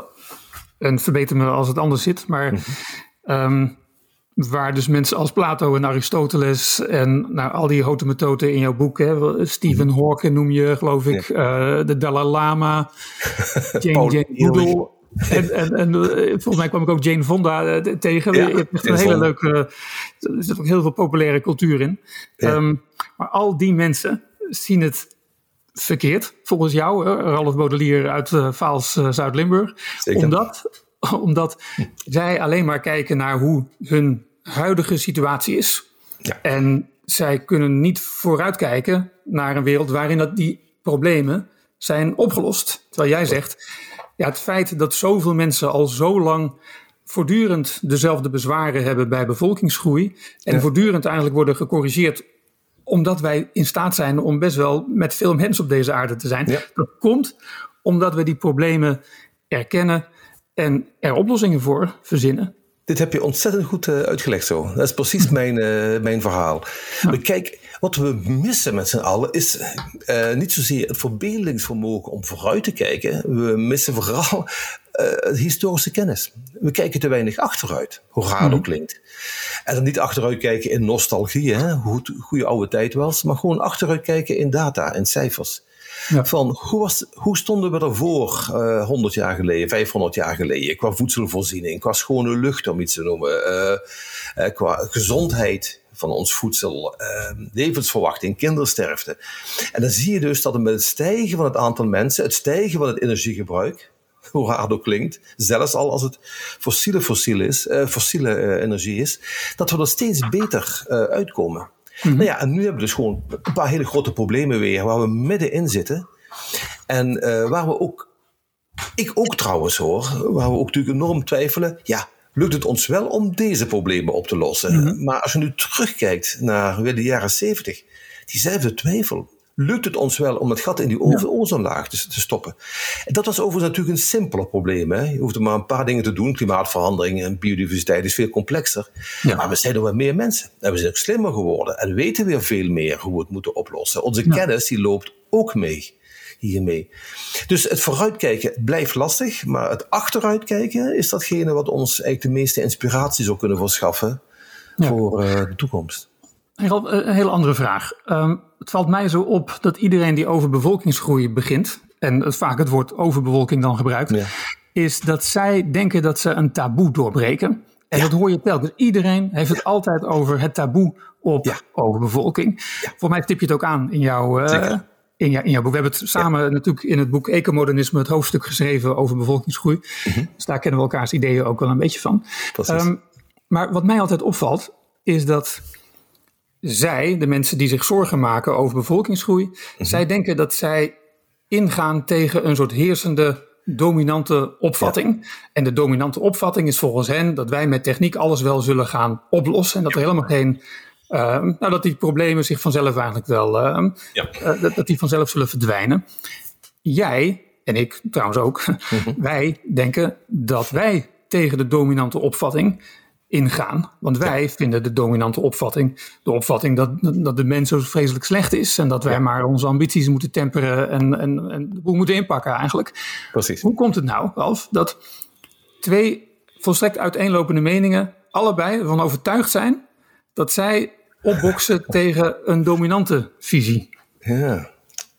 en verbeter me als het anders zit, maar mm-hmm. um, waar dus mensen als Plato en Aristoteles en nou, al die houten methoden in jouw boek, hè, Stephen mm-hmm. Hawking noem je, geloof ik, ja. uh, de Dalai Lama, Jane, Jane Goodall. En, en, en uh, volgens mij kwam ik ook Jane Fonda uh, tegen. Ja, je hebt echt een hele leuke, uh, er zit ook heel veel populaire cultuur in. Ja. Um, maar al die mensen zien het verkeerd, volgens jou, uh, Ralph Baudelier uit uh, Vaals, uh, Zuid-Limburg. Zeker. Omdat, omdat zij alleen maar kijken naar hoe hun huidige situatie is. Ja. En zij kunnen niet vooruitkijken naar een wereld waarin dat die problemen zijn opgelost. Terwijl jij zegt, ja, het feit dat zoveel mensen al zo lang voortdurend dezelfde bezwaren hebben bij bevolkingsgroei. En ja. voortdurend eigenlijk worden gecorrigeerd omdat wij in staat zijn om best wel met veel mensen op deze aarde te zijn. Ja. Dat komt omdat we die problemen erkennen en er oplossingen voor verzinnen. Dit heb je ontzettend goed uh, uitgelegd zo. Dat is precies mijn, uh, mijn verhaal. Ja. Maar kijk, wat we missen met z'n allen is uh, niet zozeer het verbeeldingsvermogen om vooruit te kijken. We missen vooral uh, historische kennis. We kijken te weinig achteruit, hoe raar dat mm. klinkt. En dan niet achteruit kijken in nostalgie, hè, hoe het goede oude tijd was. Maar gewoon achteruit kijken in data en cijfers. Ja. Van hoe, was, hoe stonden we ervoor uh, honderd jaar geleden, vijfhonderd jaar geleden, qua voedselvoorziening, qua schone lucht om iets te noemen, uh, uh, qua gezondheid van ons voedsel, uh, levensverwachting, kindersterfte. En dan zie je dus dat met het stijgen van het aantal mensen, het stijgen van het energiegebruik, hoe raar dat klinkt, zelfs al als het fossiele, fossiel is, uh, fossiele uh, energie is, dat we er steeds beter uh, uitkomen. Mm-hmm. Nou ja, en nu hebben we dus gewoon een paar hele grote problemen weer, waar we middenin zitten. En uh, waar we ook, ik ook trouwens hoor, waar we ook natuurlijk enorm twijfelen, ja, lukt het ons wel om deze problemen op te lossen? Mm-hmm. Maar als je nu terugkijkt naar weer de jaren zeventig, diezelfde twijfel, lukt het ons wel om het gat in die ja. ozonlaag te, te stoppen? En dat was overigens natuurlijk een simpeler probleem. Hè? Je hoeft er maar een paar dingen te doen. Klimaatverandering en biodiversiteit is veel complexer. Ja. Maar we zijn er wel meer mensen. En we zijn ook slimmer geworden. En weten weer veel meer hoe we het moeten oplossen. Onze ja. kennis die loopt ook mee. Hiermee. Dus het vooruitkijken blijft lastig. Maar het achteruitkijken is datgene wat ons eigenlijk de meeste inspiratie zou kunnen verschaffen. Ja. Voor uh, de toekomst. Een hele andere vraag. Um, het valt mij zo op dat iedereen die over bevolkingsgroei begint, en het, vaak het woord overbevolking dan gebruikt, ja. is dat zij denken dat ze een taboe doorbreken. En ja. dat hoor je telkens. Iedereen heeft het ja. altijd over het taboe op ja. overbevolking. Ja. Voor mij stip je het ook aan in jouw, uh, in, jou, in jouw boek. We hebben het samen ja. natuurlijk in het boek Ecomodernisme het hoofdstuk geschreven over bevolkingsgroei. Mm-hmm. Dus daar kennen we elkaars ideeën ook wel een beetje van. Um, maar wat mij altijd opvalt is dat zij, de mensen die zich zorgen maken over bevolkingsgroei, mm-hmm. zij denken dat zij ingaan tegen een soort heersende dominante opvatting. Ja. En de dominante opvatting is volgens hen dat wij met techniek alles wel zullen gaan oplossen. En dat er helemaal geen, uh, nou dat die problemen zich vanzelf eigenlijk wel, uh, ja. uh, dat, dat die vanzelf zullen verdwijnen. Jij, en ik trouwens ook, mm-hmm. wij denken dat wij tegen de dominante opvatting ingaan. Want wij ja. vinden de dominante opvatting, de opvatting dat, dat de mens zo vreselijk slecht is en dat wij ja. maar onze ambities moeten temperen en, en, en de boel moeten inpakken eigenlijk. Precies. Hoe komt het nou, Ralf, dat twee volstrekt uiteenlopende meningen allebei ervan overtuigd zijn dat zij opboksen tegen een dominante visie? Ja.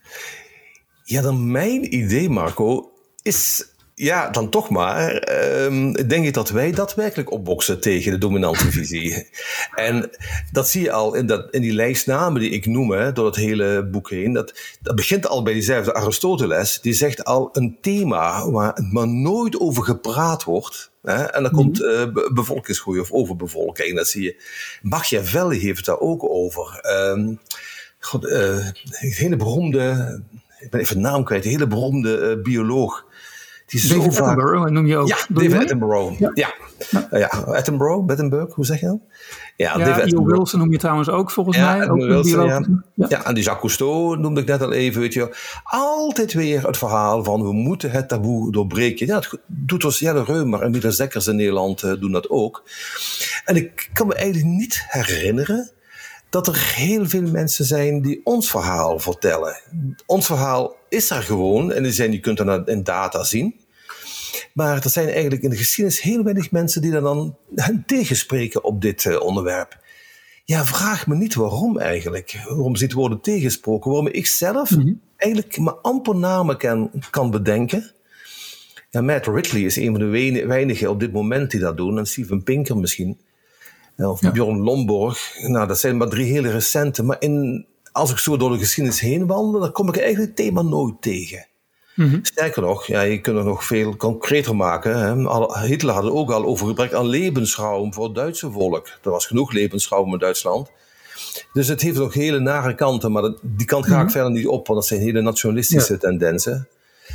Ja, dan mijn idee, Marco, is ja, dan toch maar, uh, denk ik dat wij daadwerkelijk opboksen tegen de dominante visie. En dat zie je al in, dat, in die lijst namen die ik noem, hè, door het hele boek heen. Dat, dat begint al bij diezelfde Aristoteles. Die zegt al een thema waar maar nooit over gepraat wordt. Hè, en dan komt uh, bevolkingsgroei of overbevolking. Dat zie je. Machiavelli heeft het daar ook over. Um, God, uh, een hele beroemde, ik ben even de naam kwijt, een hele beroemde uh, bioloog. Die David zo Attenborough vaak... noem je ook. Ja, David Attenborough. Ja. Ja. Ja. Uh, ja, Attenborough, Attenborough, hoe zeg je dat? Ja, ja E O Wilson noem je trouwens ook volgens ja, mij. Ook Wilson, ja. Ja. ja, en die Jacques Cousteau noemde ik net al even. Weet je, altijd weer het verhaal van we moeten het taboe doorbreken. Ja, het doet ons Jelle Reumer en Miele Zekkers in Nederland uh, doen dat ook. En ik kan me eigenlijk niet herinneren dat er heel veel mensen zijn die ons verhaal vertellen. Ons verhaal is er gewoon, en je kunt dat in data zien. Maar er zijn eigenlijk in de geschiedenis heel weinig mensen die dan tegenspreken op dit uh, onderwerp. Ja, vraag me niet waarom eigenlijk. Waarom ze het worden tegensproken. Waarom ik zelf mm-hmm. eigenlijk maar amper namen kan, kan bedenken. Ja, Matt Ridley is een van de weinigen op dit moment die dat doen. En Steven Pinker misschien. Of ja. Bjorn Lomborg. Nou, dat zijn maar drie hele recente. Maar in, als ik zo door de geschiedenis heen wandel, dan kom ik eigenlijk het thema nooit tegen. Mm-hmm. Sterker nog, ja, je kunt het nog veel concreter maken. Hè. Hitler had het ook al over gebrek aan levensruim voor het Duitse volk. Er was genoeg levensruim in Duitsland. Dus het heeft nog hele nare kanten, maar dat, die kant ga ik mm-hmm. verder niet op, want dat zijn hele nationalistische ja. tendensen.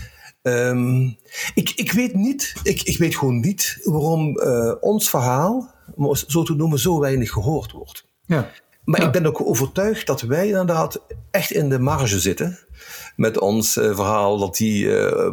Um, ik, ik weet niet, ik, ik weet gewoon niet waarom uh, ons verhaal, om het zo te noemen, zo weinig gehoord wordt. Ja. Maar ja. ik ben ook overtuigd dat wij inderdaad echt in de marge zitten met ons uh, verhaal dat die uh,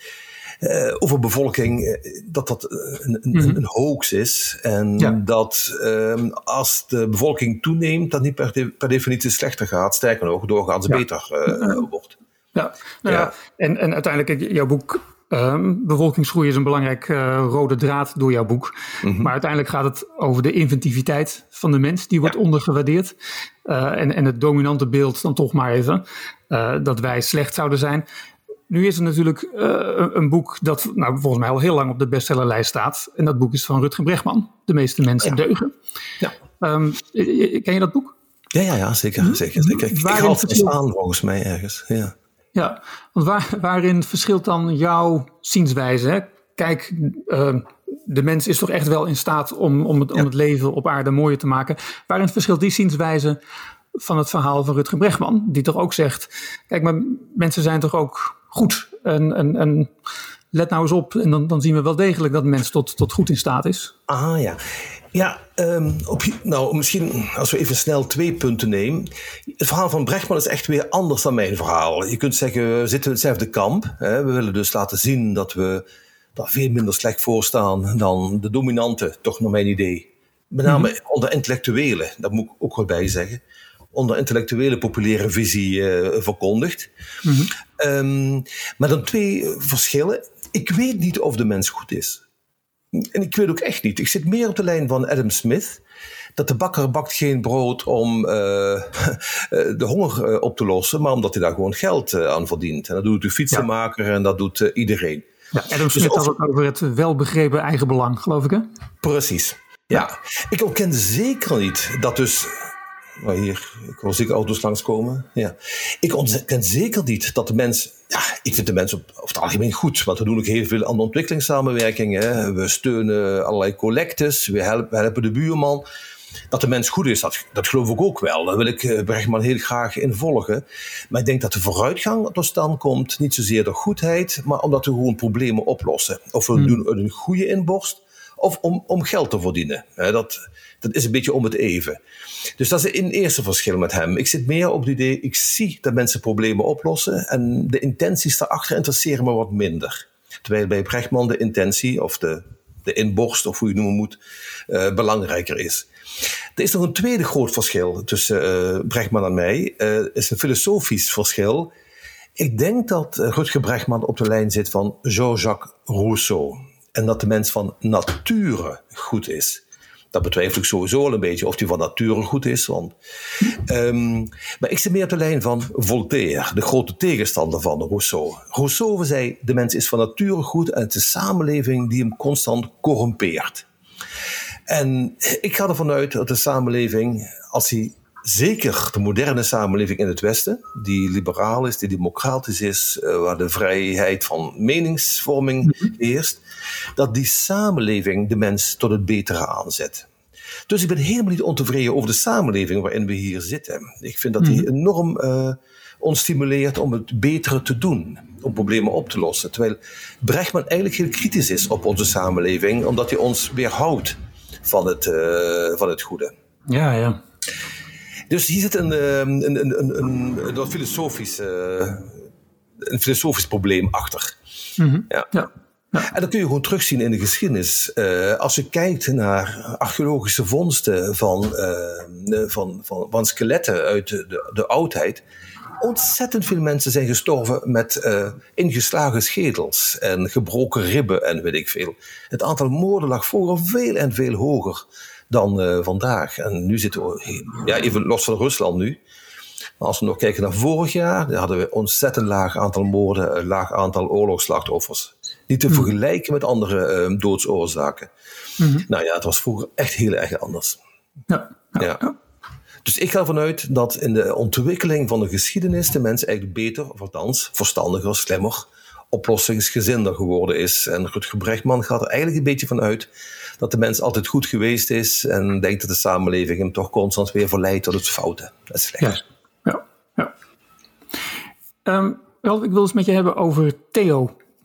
uh, overbevolking, uh, dat dat een, een, mm-hmm. een hoax is. En ja. dat uh, als de bevolking toeneemt, dat niet per, de, per definitie slechter gaat. Sterker nog, doorgaans ja. beter uh, uh, wordt. Ja, nou ja. ja. En, en uiteindelijk, jouw boek, uh, bevolkingsgroei is een belangrijk uh, rode draad door jouw boek. Mm-hmm. Maar uiteindelijk gaat het over de inventiviteit van de mens, die wordt ja. ondergewaardeerd. Uh, en, en het dominante beeld dan toch maar even, uh, dat wij slecht zouden zijn. Nu is er natuurlijk uh, een, een boek dat nou, volgens mij al heel lang op de bestsellerlijst staat. En dat boek is van Rutger Bregman, De meeste mensen ja. deugen. Ja. Um, ken je dat boek? Ja, ja, ja zeker. Hm? zeker, zeker. Ik, ik haal het verschil... aan volgens mij ergens, ja. Ja, want waar, waarin verschilt dan jouw zienswijze? Hè? Kijk, uh, de mens is toch echt wel in staat om, om, het, ja. om het leven op aarde mooier te maken. Waarin verschilt die zienswijze van het verhaal van Rutger Bregman? Die toch ook zegt, kijk, maar mensen zijn toch ook goed. En, en, en let nou eens op en dan, dan zien we wel degelijk dat de mens tot, tot goed in staat is. Ah ja. Ja, um, op, nou misschien als we even snel twee punten nemen. Het verhaal van Bregman is echt weer anders dan mijn verhaal. Je kunt zeggen, we zitten in hetzelfde kamp. Hè. We willen dus laten zien dat we daar veel minder slecht voor staan dan de dominanten, toch naar mijn idee. Met name mm-hmm. onder intellectuelen, dat moet ik ook wel bij zeggen. Onder intellectuele populaire visie uh, verkondigd. Mm-hmm. Um, maar dan twee verschillen. Ik weet niet of de mens goed is. En ik weet ook echt niet. Ik zit meer op de lijn van Adam Smith. Dat de bakker bakt geen brood om uh, de honger uh, op te lossen, maar omdat hij daar gewoon geld uh, aan verdient. En dat doet de fietsenmaker ja. en dat doet uh, iedereen. Ja, Adam Smith dus had het over het welbegrepen eigenbelang, geloof ik, hè? Precies. Ja. ja. Ik ontken zeker niet dat dus... Maar hier, ik wil zeker auto's langskomen. Ja. Ik ontken zeker niet dat de mens... Ja, ik vind de mens op, op het algemeen goed. Want we doen ook heel veel aan de ontwikkelingssamenwerking. Hè. We steunen allerlei collectes. We helpen, we helpen de buurman. Dat de mens goed is, dat, dat geloof ik ook wel. Daar wil ik uh, Bregman heel graag in volgen. Maar ik denk dat de vooruitgang tot stand komt. Niet zozeer door goedheid, maar omdat we gewoon problemen oplossen. Of we hmm. doen een goede inborst. Of om, om geld te verdienen. Hè, dat... Dat is een beetje om het even. Dus dat is een eerste verschil met hem. Ik zit meer op het idee, ik zie dat mensen problemen oplossen en de intenties daarachter interesseren me wat minder. Terwijl bij Bregman de intentie of de, de inborst, of hoe je het noemen moet, uh, belangrijker is. Er is nog een tweede groot verschil tussen uh, Bregman en mij. Het uh, is een filosofisch verschil. Ik denk dat uh, Rutger Bregman op de lijn zit van Jean-Jacques Rousseau. En dat de mens van nature goed is. Dat betwijfel ik sowieso al een beetje of die van nature goed is. Want, um, maar ik zit meer op de lijn van Voltaire, de grote tegenstander van Rousseau. Rousseau zei, de mens is van nature goed en het is de samenleving die hem constant corrumpeert. En ik ga ervan uit dat de samenleving, als hij zeker de moderne samenleving in het Westen, die liberaal is, die democratisch is, uh, waar de vrijheid van meningsvorming heerst, dat die samenleving de mens tot het betere aanzet. Dus ik ben helemaal niet ontevreden over de samenleving waarin we hier zitten. Ik vind dat die enorm uh, ons stimuleert om het betere te doen, om problemen op te lossen. Terwijl Bregman eigenlijk heel kritisch is op onze samenleving, omdat hij ons weerhoudt van het, uh, van het goede. Ja, ja. Dus hier zit een, een, een, een, een, een, filosofisch, uh, een filosofisch probleem achter. Mm-hmm. Ja. Ja. Ja. En dat kun je gewoon terugzien in de geschiedenis. Uh, als je kijkt naar archeologische vondsten van, uh, van, van, van skeletten uit de, de, de oudheid. Ontzettend veel mensen zijn gestorven met uh, ingeslagen schedels en gebroken ribben en weet ik veel. Het aantal moorden lag vroeger veel en veel hoger dan uh, vandaag. En nu zitten we, ja, even los van Rusland nu. Maar als we nog kijken naar vorig jaar, dan hadden we een ontzettend laag aantal moorden, een laag aantal oorlogsslachtoffers. Niet te mm. vergelijken met andere uh, doodsoorzaken. Mm-hmm. Nou ja, het was vroeger echt heel erg anders. Ja, ja, ja. ja. Dus ik ga ervan uit dat in de ontwikkeling van de geschiedenis de mens eigenlijk beter, of althans verstandiger, slimmer, oplossingsgezinder geworden is. En Rutger Bregman gaat er eigenlijk een beetje van uit dat de mens altijd goed geweest is en denkt dat de samenleving hem toch constant weer verleidt tot het foute. Dat is slecht. Ja, ja, ja. Um, wel, ik wil eens met je hebben over Theo.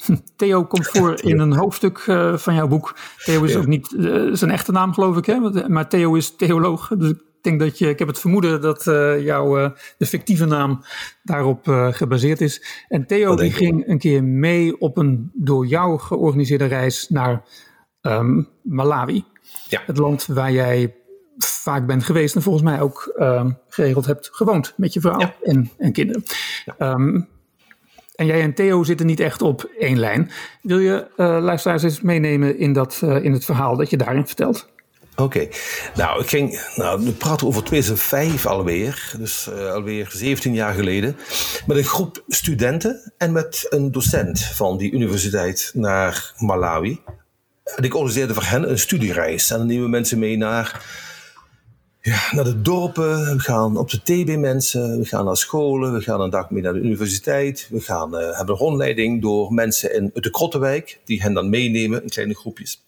Theo komt voor Theo. in een hoofdstuk uh, van jouw boek. Theo is ja. ook niet uh, zijn echte naam, geloof ik, hè? Maar Theo is theoloog. Dus ik denk dat je, ik heb het vermoeden dat uh, jouw uh, de fictieve naam daarop uh, gebaseerd is. En Theo die ging een keer mee op een door jou georganiseerde reis naar um, Malawi. Ja. Het land waar jij vaak bent geweest en volgens mij ook um, geregeld hebt gewoond met je vrouw ja. en, en kinderen. Ja. Um, en jij en Theo zitten niet echt op één lijn. Wil je uh, luisteraars eens meenemen in, dat, uh, in het verhaal dat je daarin vertelt? Oké, okay. nou, ik ging, nou, we praten over tweeduizend vijf alweer, dus uh, alweer zeventien jaar geleden, met een groep studenten en met een docent van die universiteit naar Malawi. En ik organiseerde voor hen een studiereis en dan nemen we mensen mee naar, ja, naar de dorpen, we gaan op de T B mensen, we gaan naar scholen, we gaan een dag mee naar de universiteit, we gaan, uh, hebben een rondleiding door mensen in, uit de Krottenwijk, die hen dan meenemen in kleine groepjes.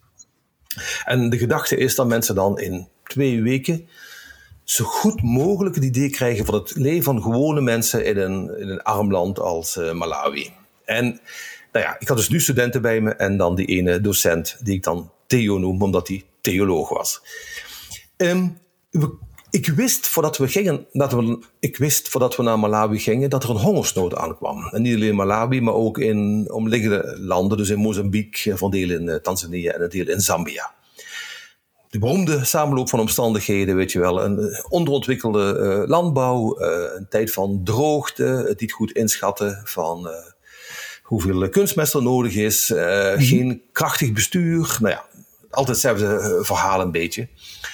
En de gedachte is dat mensen dan in twee weken zo goed mogelijk het idee krijgen van het leven van gewone mensen in een, in een arm land als uh, Malawi. En nou ja, ik had dus nu studenten bij me en dan die ene docent die ik dan Theo noem, omdat hij theoloog was. Um, we, ik wist voordat we gingen, dat we, ik wist voordat we naar Malawi gingen, dat er een hongersnood aankwam. En niet alleen in Malawi, maar ook in omliggende landen, dus in Mozambique, van deel in uh, Tanzania en een deel in Zambia. De beroemde samenloop van omstandigheden, weet je wel, een onderontwikkelde uh, landbouw, uh, een tijd van droogte, het niet goed inschatten van uh, hoeveel kunstmest er nodig is, uh, mm-hmm. geen krachtig bestuur, nou ja, altijd hetzelfde uh, verhaal een beetje.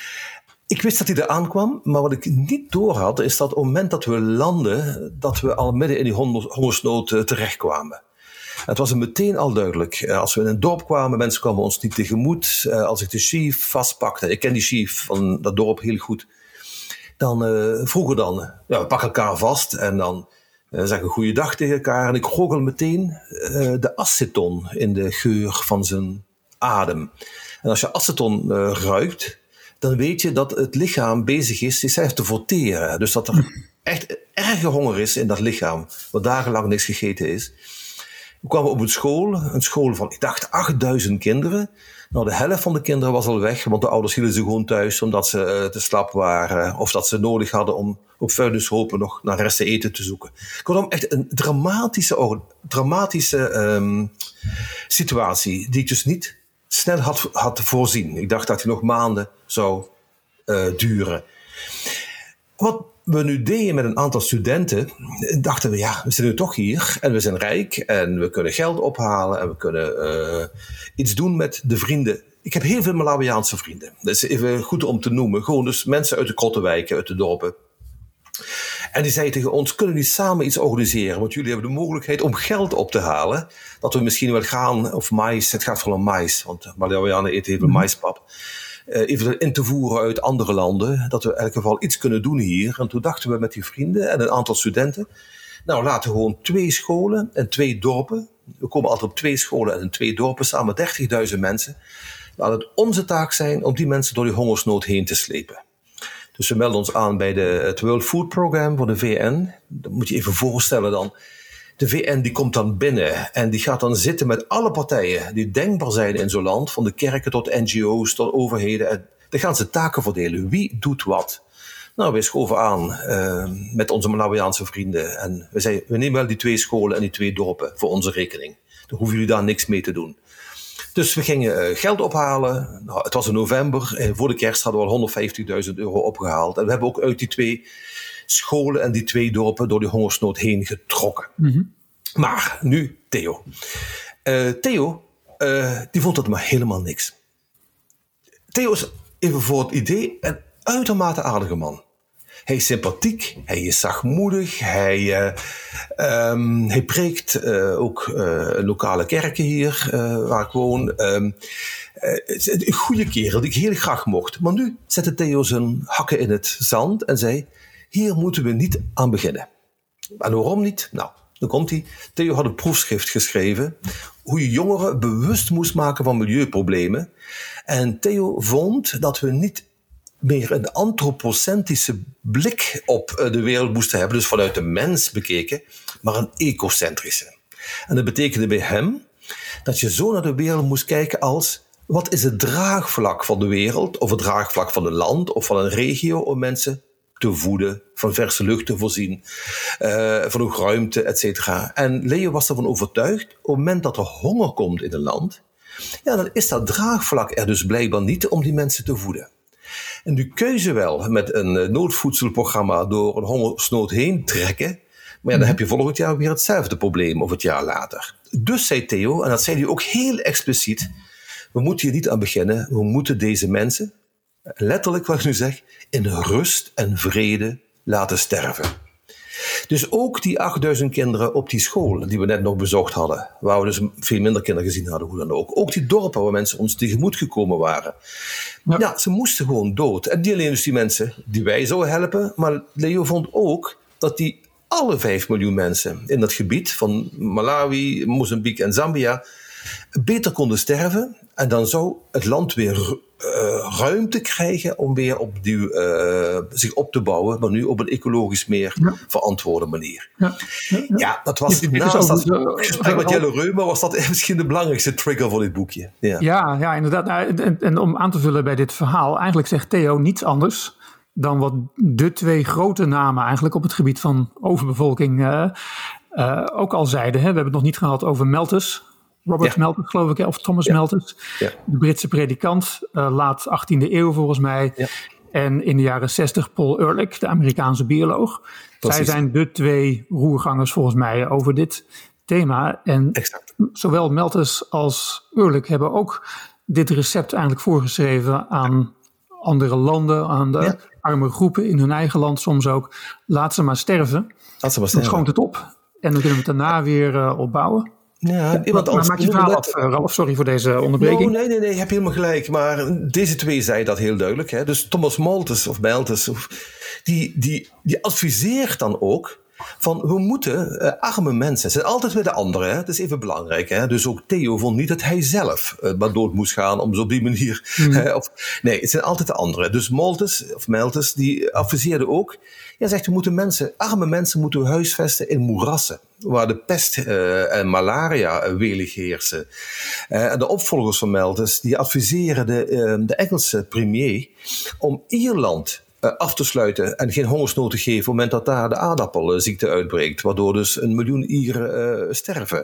Ik wist dat hij er aankwam, maar wat ik niet doorhad is dat op het moment dat we landden, dat we al midden in die hongersnood uh, terechtkwamen. Het was er meteen al duidelijk. Uh, als we in een dorp kwamen, mensen kwamen ons niet tegemoet. Uh, als ik de chief vastpakte, ik ken die chief van dat dorp heel goed, dan uh, vroegen dan, ja, we pakken elkaar vast en dan uh, zeggen goeiedag tegen elkaar. En ik rook al meteen uh, de aceton in de geur van zijn adem. En als je aceton uh, ruikt, dan weet je dat het lichaam bezig is zichzelf te verteren. Dus dat er echt erge honger is in dat lichaam, wat dagenlang niks gegeten is. We kwamen op een school, een school van, ik dacht, achtduizend kinderen. Nou, de helft van de kinderen was al weg, want de ouders hielden ze gewoon thuis omdat ze uh, te slap waren of dat ze nodig hadden om op vuilnishopen nog naar resten eten te zoeken. Kortom, echt een dramatische, dramatische um, situatie die ik dus niet snel had, had voorzien. Ik dacht dat die nog maanden zou uh, duren. Wat we nu deden met een aantal studenten, dachten we, ja, we zitten nu toch hier en we zijn rijk en we kunnen geld ophalen en we kunnen uh, iets doen met de vrienden. Ik heb heel veel Malawiaanse vrienden. Dat is even goed om te noemen. Gewoon dus mensen uit de Krottenwijken, uit de dorpen. En die zeiden tegen ons, kunnen jullie samen iets organiseren? Want jullie hebben de mogelijkheid om geld op te halen. Dat we misschien wel gaan, of mais, het gaat vooral om mais, want Malawianen eten heel veel maispap. Uh, even in te voeren uit andere landen, dat we in elk geval iets kunnen doen hier. En toen dachten we met die vrienden en een aantal studenten, nou laten we gewoon twee scholen en twee dorpen, we komen altijd op twee scholen en twee dorpen, samen dertigduizend mensen. Laat het onze taak zijn om die mensen door die hongersnood heen te slepen. Dus we melden ons aan bij de, het World Food Program van de V N. Dat moet je even voorstellen dan. De V N die komt dan binnen en die gaat dan zitten met alle partijen die denkbaar zijn in zo'n land. Van de kerken tot N G O's tot overheden. En dan gaan ze taken verdelen. Wie doet wat? Nou, wij schoven aan uh, met onze Malawiaanse vrienden. En we zeiden, we nemen wel die twee scholen en die twee dorpen voor onze rekening. Dan hoeven jullie daar niks mee te doen. Dus we gingen uh, geld ophalen. Nou, het was in november. En voor de kerst hadden we al honderdvijftigduizend euro opgehaald. En we hebben ook uit die twee scholen en die twee dorpen door die hongersnood heen getrokken. Mm-hmm. Maar nu Theo. Uh, Theo, uh, die vond dat maar helemaal niks. Theo is even voor het idee een uitermate aardige man. Hij is sympathiek, hij is zachtmoedig, hij, uh, um, hij preekt uh, ook uh, lokale kerken hier uh, waar ik woon. Um, uh, een goede kerel die ik heel graag mocht. Maar nu zette Theo zijn hakken in het zand en zei, hier moeten we niet aan beginnen. En waarom niet? Nou, dan komt hij. Theo had een proefschrift geschreven hoe je jongeren bewust moest maken van milieuproblemen. En Theo vond dat we niet meer een antropocentrische blik op de wereld moesten hebben, dus vanuit de mens bekeken, maar een ecocentrische. En dat betekende bij hem dat je zo naar de wereld moest kijken als, wat is het draagvlak van de wereld, of het draagvlak van een land, of van een regio, om mensen te voeden, van verse lucht te voorzien, uh, van ook ruimte, et cetera. En Leo was ervan overtuigd, op het moment dat er honger komt in een land, ja, dan is dat draagvlak er dus blijkbaar niet om die mensen te voeden. En die keuze wel met een noodvoedselprogramma door een hongersnood heen trekken, maar ja, dan heb je volgend jaar weer hetzelfde probleem, of het jaar later. Dus zei Theo, en dat zei hij ook heel expliciet, we moeten hier niet aan beginnen, we moeten deze mensen, letterlijk wat ik nu zeg, in rust en vrede laten sterven. Dus ook die achtduizend kinderen op die school die we net nog bezocht hadden, waar we dus veel minder kinderen gezien hadden, hoe dan ook. Ook die dorpen waar mensen ons tegemoet gekomen waren. Ja. ja, ze moesten gewoon dood. En niet alleen dus die mensen die wij zouden helpen, maar Leo vond ook dat die alle vijf miljoen mensen in dat gebied van Malawi, Mozambique en Zambia beter konden sterven. En dan zou het land weer uh, ruimte krijgen om weer opnieuw uh, zich op te bouwen, maar nu op een ecologisch meer ja. verantwoorde manier. Ja, ja, ja. ja dat was dit, dit naast dat gesprek met Jelle Reuma was dat misschien de belangrijkste trigger voor dit boekje. Ja, ja, ja inderdaad. En, en om aan te vullen bij dit verhaal, eigenlijk zegt Theo niets anders dan wat de twee grote namen eigenlijk op het gebied van overbevolking uh, uh, ook al zeiden. Hè. We hebben het nog niet gehad over Malthus. Robert ja. Malthus, geloof ik, of Thomas ja. Malthus. Ja. De Britse predikant, uh, laat achttiende eeuw volgens mij. Ja. En in de jaren zestig Paul Ehrlich, de Amerikaanse bioloog. Precies. Zij zijn de twee roergangers volgens mij over dit thema. En exact. Zowel Malthus als Ehrlich hebben ook dit recept eigenlijk voorgeschreven aan andere landen, aan de ja. arme groepen in hun eigen land soms ook. Laat ze maar sterven. Laat ze maar sterven. Dan schoont het op. En dan kunnen we het daarna weer uh, opbouwen. Ja, iemand maar, maar maak je verhaal af, Ralf. Sorry voor deze onderbreking. No, nee, nee, nee, je hebt helemaal gelijk. Maar deze twee zeiden dat heel duidelijk. Hè. Dus Thomas Malthus of Malthus, of, die, die, die adviseert dan ook van we moeten uh, arme mensen, het zijn altijd weer de anderen, hè? Dat is even belangrijk. Hè? Dus ook Theo vond niet dat hij zelf uh, maar dood moest gaan om zo op die manier. Mm. Uh, of, nee, het zijn altijd de anderen. Dus Malthus, of Malthus, die adviseerde ook, ja, zegt we moeten mensen, arme mensen moeten we huisvesten in moerassen, waar de pest uh, en malaria uh, welig heersen. Uh, en de opvolgers van Malthus, die adviseren de, uh, de Engelse premier om Ierland Uh, af te sluiten en geen hongersnood te geven op het moment dat daar de aardappelziekte uitbreekt, waardoor dus een miljoen Ieren uh, sterven.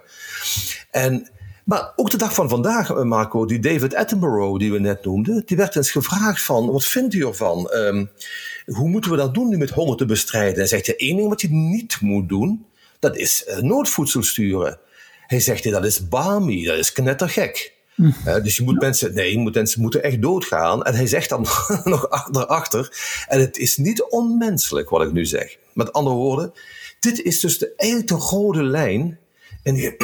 En, maar ook de dag van vandaag, Marco, die David Attenborough die we net noemden, die werd eens gevraagd van, wat vindt u ervan? Um, hoe moeten we dat doen nu met honger te bestrijden? En zegt hij, één ding wat je niet moet doen, dat is uh, noodvoedsel sturen. Hij zegt, dat is balmy, dat is knettergek. Mm. Uh, dus je moet mensen, nee, je moet, mensen moeten echt doodgaan. En hij zegt dan nog daarachter, en het is niet onmenselijk wat ik nu zeg. Met andere woorden, dit is dus de eigenlijk de rode lijn in die,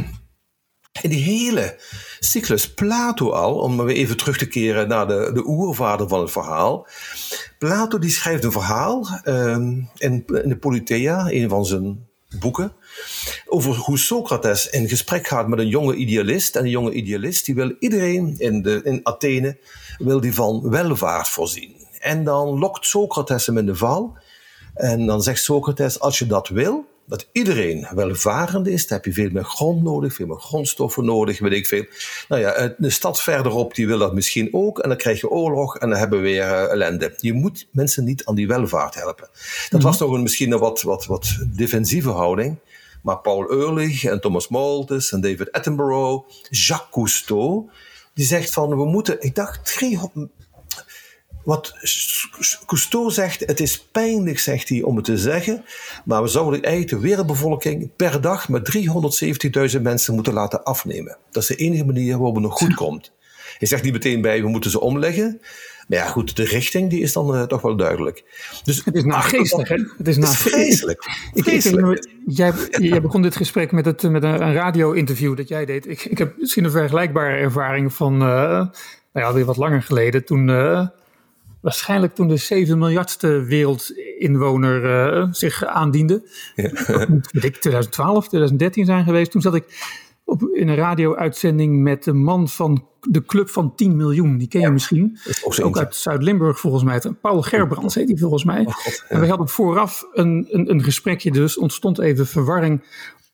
in die hele cyclus. Plato al, om weer even terug te keren naar de, de oervader van het verhaal. Plato die schrijft een verhaal um, in, in de Politeia, een van zijn boeken, over hoe Socrates in gesprek gaat met een jonge idealist. En een jonge idealist die wil iedereen in, de, in Athene wil die van welvaart voorzien. En dan lokt Socrates hem in de val. En dan zegt Socrates, als je dat wil, dat iedereen welvarend is, dan heb je veel meer grond nodig, veel meer grondstoffen nodig, weet ik veel. Nou ja, de stad verderop die wil dat misschien ook. En dan krijg je oorlog en dan hebben we weer uh, ellende. Je moet mensen niet aan die welvaart helpen. Dat mm-hmm. was nog een, misschien een wat, wat, wat defensieve houding. Maar Paul Ehrlich en Thomas Malthus en David Attenborough, Jacques Cousteau, die zegt van we moeten, ik dacht, driehonderd, wat Cousteau zegt, het is pijnlijk, zegt hij, om het te zeggen, maar we zouden eigenlijk de wereldbevolking per dag met driehonderdzeventigduizend mensen moeten laten afnemen. Dat is de enige manier waarop het nog goed komt. Hij zegt niet meteen bij, we moeten ze omleggen. Maar ja, goed, de richting die is dan uh, toch wel duidelijk. Dus, het is nageestig, hè? Het is vreselijk. Ik, ik, ik, jij, jij begon dit gesprek met, het, met een, een radio-interview dat jij deed. Ik, ik heb misschien een vergelijkbare ervaring van, uh, nou ja, weer wat langer geleden. Toen, uh, waarschijnlijk toen de zeven miljardste wereldinwoner uh, zich aandiende. Ja. Dat moet, weet ik, twintig twaalf, twintig dertien zijn geweest. Toen zat ik op, in een radio-uitzending met de man van de club van tien miljoen. Die ken je ja, misschien. Ook, ook uit Zuid-Limburg volgens mij. Paul Gerbrands heet hij volgens mij. Oh God, ja. En we hadden vooraf een, een, een gesprekje. Dus ontstond even verwarring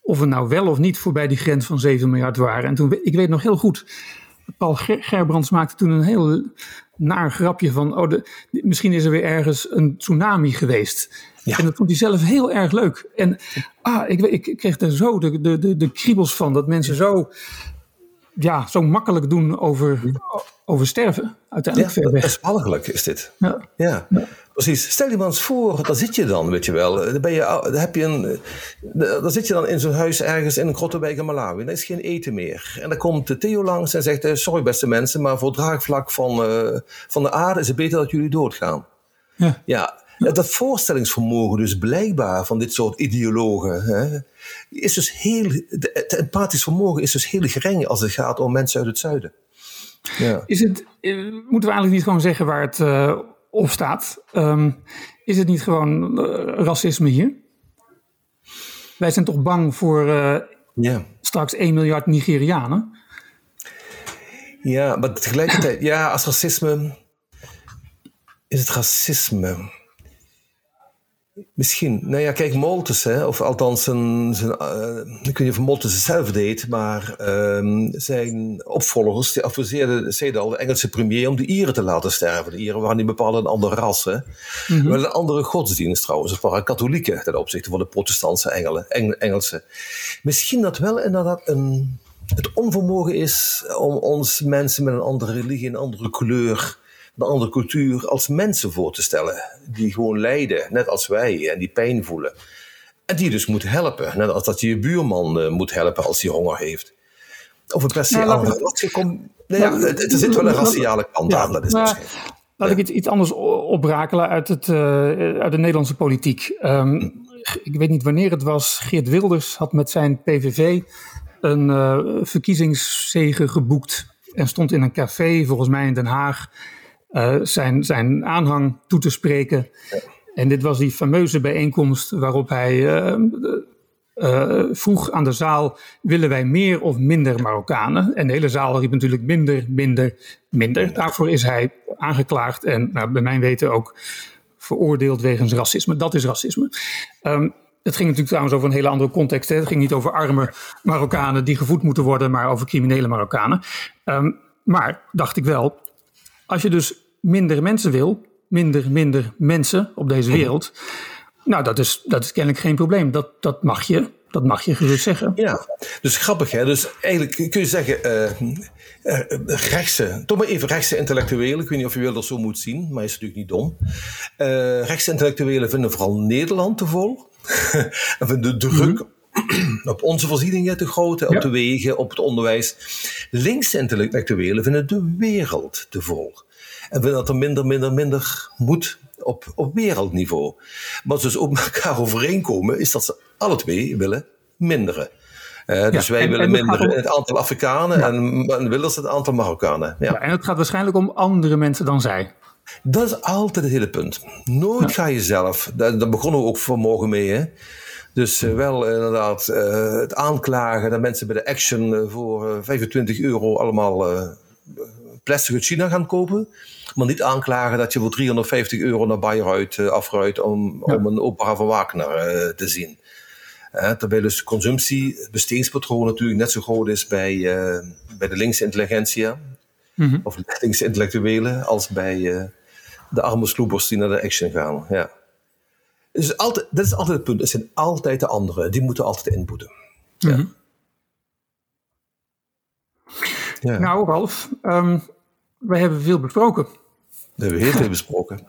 of we nou wel of niet voorbij die grens van zeven miljard waren. En toen, ik weet nog heel goed, Paul Ger- Gerbrands maakte toen een heel naar grapje van, oh, de, misschien is er weer ergens een tsunami geweest. Ja. En dat vond hij zelf heel erg leuk. En ah, ik, ik kreeg er zo de, de, de, de kriebels van, dat mensen zo, ja, zo makkelijk doen over, over sterven. Uiteindelijk ja, ver weg. Dat is walgelijk, is dit. Ja. Ja. Ja. Precies. Stel je maar eens voor, daar zit je dan, weet je wel. Dan, ben je, dan, heb je een, dan zit je dan in zo'n huis ergens in een grottenwijk in Malawi. Er is geen eten meer. En dan komt Theo langs en zegt, sorry beste mensen, maar voor het draagvlak van, uh, van de aarde is het beter dat jullie doodgaan. Ja. Ja. Dat voorstellingsvermogen dus blijkbaar van dit soort ideologen, hè, is dus heel, het empathisch vermogen is dus heel gering als het gaat om mensen uit het zuiden. Ja. Is het, moeten we eigenlijk niet gewoon zeggen waar het uh, op staat? Um, is het niet gewoon uh, racisme hier? Wij zijn toch bang voor uh, ja. straks één miljard Nigerianen? Ja, maar tegelijkertijd, ja, als racisme, is het racisme. Misschien. Nou ja, kijk, Malthus, hè, of althans, zijn, zijn, uh, ik weet niet of Malthus het zelf deed, maar uh, zijn opvolgers die adviseerden, zeiden al, de Engelse premier om de Ieren te laten sterven. De Ieren waren niet bepaald een andere ras, hè. Mm-hmm. Maar een andere godsdienst trouwens. Het waren katholieken ten opzichte van de protestantse Engelen, Eng, Engelsen. Misschien dat wel inderdaad een, het onvermogen is om ons mensen met een andere religie, een andere kleur, een andere cultuur als mensen voor te stellen. Die gewoon lijden, net als wij, en die pijn voelen. En die dus moeten helpen. Net als dat je je buurman uh, moet helpen als hij honger heeft. Of een per se nou, andere... Wat kom, nou ja, er zit wel een raciale kant aan. Dat is nou, laat ik iets, iets anders oprakelen uit, het, uh, uit de Nederlandse politiek. Um, hm. Ik weet niet wanneer het was. Geert Wilders had met zijn P V V een uh, verkiezingszege geboekt. En stond in een café, volgens mij in Den Haag, Uh, zijn, zijn aanhang toe te spreken. Ja. En dit was die fameuze bijeenkomst waarop hij uh, uh, vroeg aan de zaal, willen wij meer of minder Marokkanen? En de hele zaal riep natuurlijk minder, minder, minder. Daarvoor is hij aangeklaagd en nou, bij mijn weten ook veroordeeld wegens racisme. Dat is racisme. Um, het ging natuurlijk trouwens over een hele andere context. Hè. Het ging niet over arme Marokkanen die gevoed moeten worden, maar over criminele Marokkanen. Um, maar, dacht ik wel, als je dus minder mensen wil, minder, minder mensen op deze wereld, nou, dat is, dat is kennelijk geen probleem. Dat, dat, mag je, dat mag je gerust zeggen. Ja, dus grappig, hè? Dus eigenlijk kun je zeggen, uh, uh, rechtse, toch maar even rechtse intellectuelen, ik weet niet of je wil dat zo moet zien, maar is natuurlijk niet dom. Uh, rechtse intellectuelen vinden vooral Nederland te vol. En vinden de druk mm-hmm. op onze voorzieningen te groot, ja. Op de wegen, op het onderwijs. Linkse intellectuelen vinden de wereld te vol. En vinden dat er minder, minder, minder moet op, op wereldniveau. Maar als ze dus ook met elkaar overeenkomen, is dat ze alle twee willen minderen. Uh, dus ja, wij en, willen en minderen om... het aantal Afrikanen ja. en, en Wilders het aantal Marokkanen. Ja. Ja, en het gaat waarschijnlijk om andere mensen dan zij. Dat is altijd het hele punt. Nooit ja. ga je zelf, daar, daar begonnen we ook vanmorgen mee, hè. Dus uh, wel inderdaad uh, het aanklagen dat mensen bij de Action uh, voor uh, vijfentwintig euro allemaal uh, plastic uit China gaan kopen. Maar niet aanklagen dat je voor driehonderdvijftig euro naar Bayreuth uh, afruit om, ja. om een opera van Wagner uh, te zien. Uh, terwijl dus de consumptie, het bestedingspatroon natuurlijk net zo groot is bij, uh, bij de linkse intelligentsia. Mm-hmm. Of linkse intellectuelen als bij uh, de arme sloepers die naar de Action gaan. Ja. Dus altijd, dat is altijd het punt. Het zijn altijd de anderen. Die moeten altijd inboeten. Ja. Mm-hmm. Ja. Nou, Ralf, um, wij hebben veel besproken. We hebben heel veel besproken.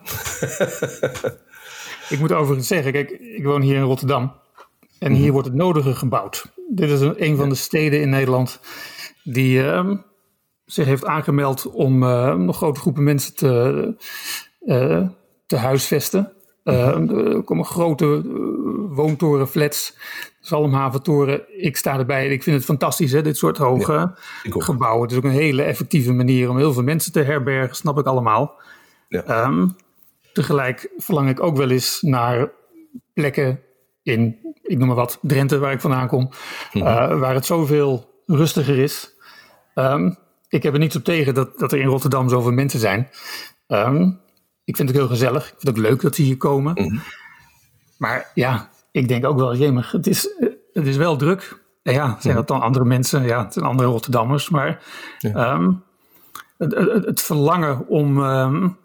Ik moet overigens zeggen, kijk, ik woon hier in Rotterdam. En hier mm-hmm. wordt het nodige gebouwd. Dit is een, een van de steden in Nederland die uh, zich heeft aangemeld om uh, nog grote groepen mensen te, uh, te huisvesten. Uh, er komen grote uh, woontorenflats, Zalmhaventoren. Ik sta erbij en ik vind het fantastisch, hè, dit soort hoge ja, gebouwen. Het is ook een hele effectieve manier om heel veel mensen te herbergen, snap ik allemaal. Ja. Um, tegelijk verlang ik ook wel eens naar plekken in, ik noem maar wat, Drenthe, waar ik vandaan kom, mm-hmm. uh, waar het zoveel rustiger is. Um, ik heb er niets op tegen dat, dat er in Rotterdam zoveel mensen zijn. Um, Ik vind het heel gezellig. Ik vind het ook leuk dat ze hier komen. Mm-hmm. Maar ja, ik denk ook wel, jemig, het is, het is wel druk. En ja, zijn dat dan andere mensen? Ja, het zijn andere Rotterdammers. Maar ja. um, het, het, het verlangen om, um,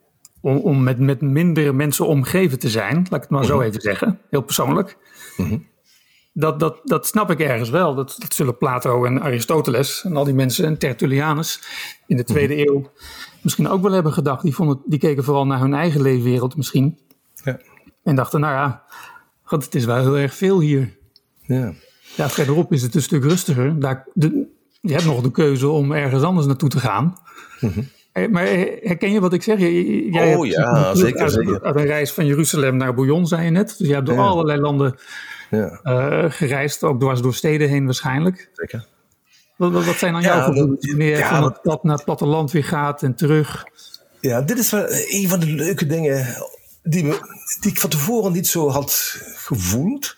om, om met, met mindere mensen omgeven te zijn, laat ik het maar mm-hmm. zo even zeggen, heel persoonlijk. Mm-hmm. Dat, dat, dat snap ik ergens wel. Dat, dat zullen Plato en Aristoteles en al die mensen en Tertullianus in de tweede mm-hmm. eeuw misschien ook wel hebben gedacht. Die, vonden, die keken vooral naar hun eigen leefwereld misschien. Ja. En dachten, nou ja, God, het is wel heel erg veel hier. Ja. Ja, verderop is het een stuk rustiger. Daar, de, je hebt nog de keuze om ergens anders naartoe te gaan. Mm-hmm. Maar herken je wat ik zeg? Jij oh hebt ja, zeker, uit, zeker. Uit een reis van Jeruzalem naar Bouillon, zei je net. Dus je hebt door ja. allerlei landen ja. uh, gereisd. Ook dwars door steden heen waarschijnlijk. Zeker. Wat, wat, wat zijn dan jouw ja, gevoelens? Wanneer je ja, van het plat naar het platteland weer gaat en terug. Ja, dit is wel een van de leuke dingen die, me, die ik van tevoren niet zo had gevoeld.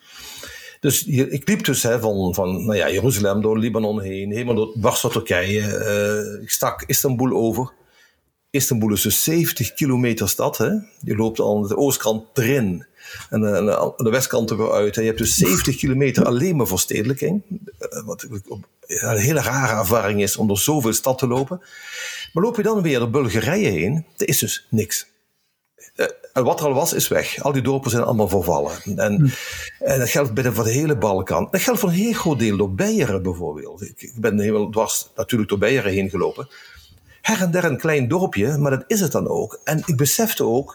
Dus ik liep dus hè, van, van nou ja, Jeruzalem door Libanon heen, helemaal door dwars door Turkije. Uh, ik stak Istanbul over. Istanbul is dus zeventig kilometer stad. Hè? Je loopt aan de oostkant erin en uh, aan de westkant er weer uit. En je hebt dus zeventig kilometer alleen maar voor stedelijking. Uh, wat een hele rare ervaring is om door zoveel stad te lopen. Maar loop je dan weer door Bulgarije heen, er is dus niks. Uh, en wat er al was, is weg. Al die dorpen zijn allemaal vervallen. En, hm. en dat geldt bijna voor de hele Balkan. Dat geldt voor een heel groot deel door Beieren bijvoorbeeld. Ik, ik ben helemaal dwars natuurlijk door Beieren heen gelopen. Her en der een klein dorpje, maar dat is het dan ook. En ik besefte ook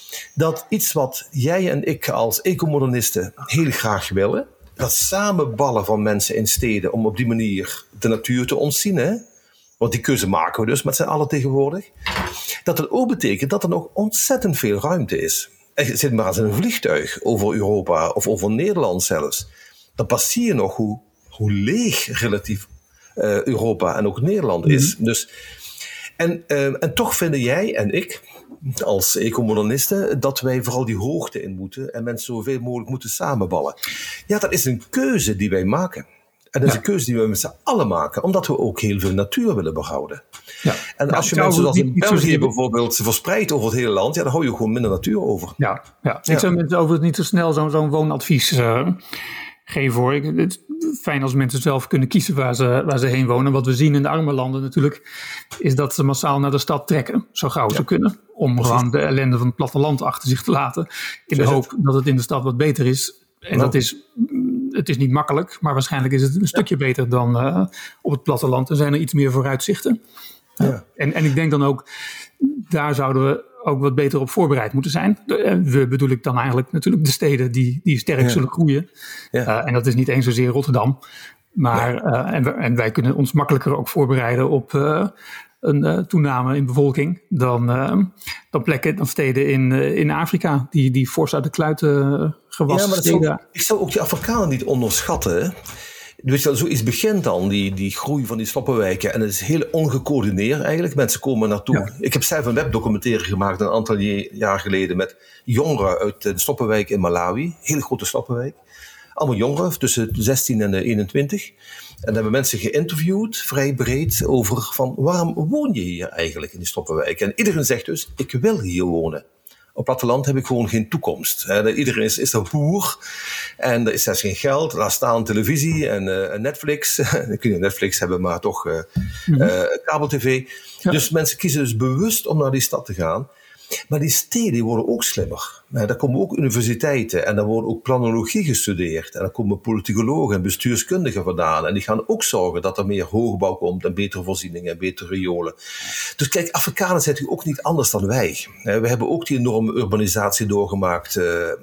dat iets wat jij en ik als ecomodernisten heel graag willen, dat samenballen van mensen in steden om op die manier de natuur te ontzien, hè? Want die keuze maken we dus met z'n allen tegenwoordig. Dat het ook betekent dat er nog ontzettend veel ruimte is. Er zit maar eens een vliegtuig over Europa of over Nederland zelfs. Dan pas zie je nog hoe, hoe leeg relatief uh, Europa en ook Nederland is. Mm-hmm. Dus, en, uh, en toch vinden jij en ik als ecomodernisten dat wij vooral die hoogte in moeten en mensen zoveel mogelijk moeten samenballen. Ja, dat is een keuze die wij maken. En dat is ja. een keuze die we met z'n allen maken, omdat we ook heel veel natuur willen behouden. Ja. En als je ja, mensen zoals in België bijvoorbeeld verspreidt over het hele land, ja, dan hou je gewoon minder natuur over. Ja, ja. ja. Ik zou mensen over het niet zo snel zo'n, zo'n woonadvies uh, geven hoor. Ik, het is fijn als mensen zelf kunnen kiezen waar ze, waar ze heen wonen. Wat we zien in de arme landen natuurlijk, is dat ze massaal naar de stad trekken, zo gauw ja. ze kunnen. Om Precies. gewoon de ellende van het platteland achter zich te laten. In de hoop dat het in de stad wat beter is. En nou. dat is... Het is niet makkelijk, maar waarschijnlijk is het een stukje ja. beter dan uh, op het platteland. Er zijn er iets meer vooruitzichten. Ja. Uh, en, en ik denk dan ook, daar zouden we ook wat beter op voorbereid moeten zijn. De, we bedoel ik dan eigenlijk natuurlijk de steden die, die sterk ja. zullen groeien. Ja. Uh, en dat is niet eens zozeer Rotterdam. Maar, ja. uh, en, we, en wij kunnen ons makkelijker ook voorbereiden op uh, een uh, toename in bevolking dan, uh, dan plekken, dan steden in, uh, in Afrika die, die fors uit de kluiten uh, gewassen ja, maar steden. Zou, ik zou ook die Afrikanen niet onderschatten. Hè? Dus dat zoiets begint dan, die, die groei van die sloppenwijken. En het is heel ongecoördineerd eigenlijk. Mensen komen naartoe. Ja. Ik heb zelf een webdocumentaire gemaakt een aantal jaar geleden met jongeren uit de sloppenwijk in Malawi. Hele grote sloppenwijk. Allemaal jongeren, tussen zestien en eenentwintig. En dan hebben mensen geïnterviewd, vrij breed, over van waarom woon je hier eigenlijk in die sloppenwijk? En iedereen zegt dus, ik wil hier wonen. Op platteland heb ik gewoon geen toekomst. Iedereen is, is er boer en er is zelfs geen geld. Laat staan televisie en uh, Netflix. Dan kun je Netflix hebben, maar toch uh, mm-hmm. uh, kabel-tv. Ja. Dus mensen kiezen dus bewust om naar die stad te gaan. Maar die steden worden ook slimmer. Daar komen ook universiteiten en daar wordt ook planologie gestudeerd. En daar komen politicologen en bestuurskundigen vandaan. En die gaan ook zorgen dat er meer hoogbouw komt en betere voorzieningen en betere riolen. Dus kijk, Afrikanen zijn natuurlijk ook niet anders dan wij. We hebben ook die enorme urbanisatie doorgemaakt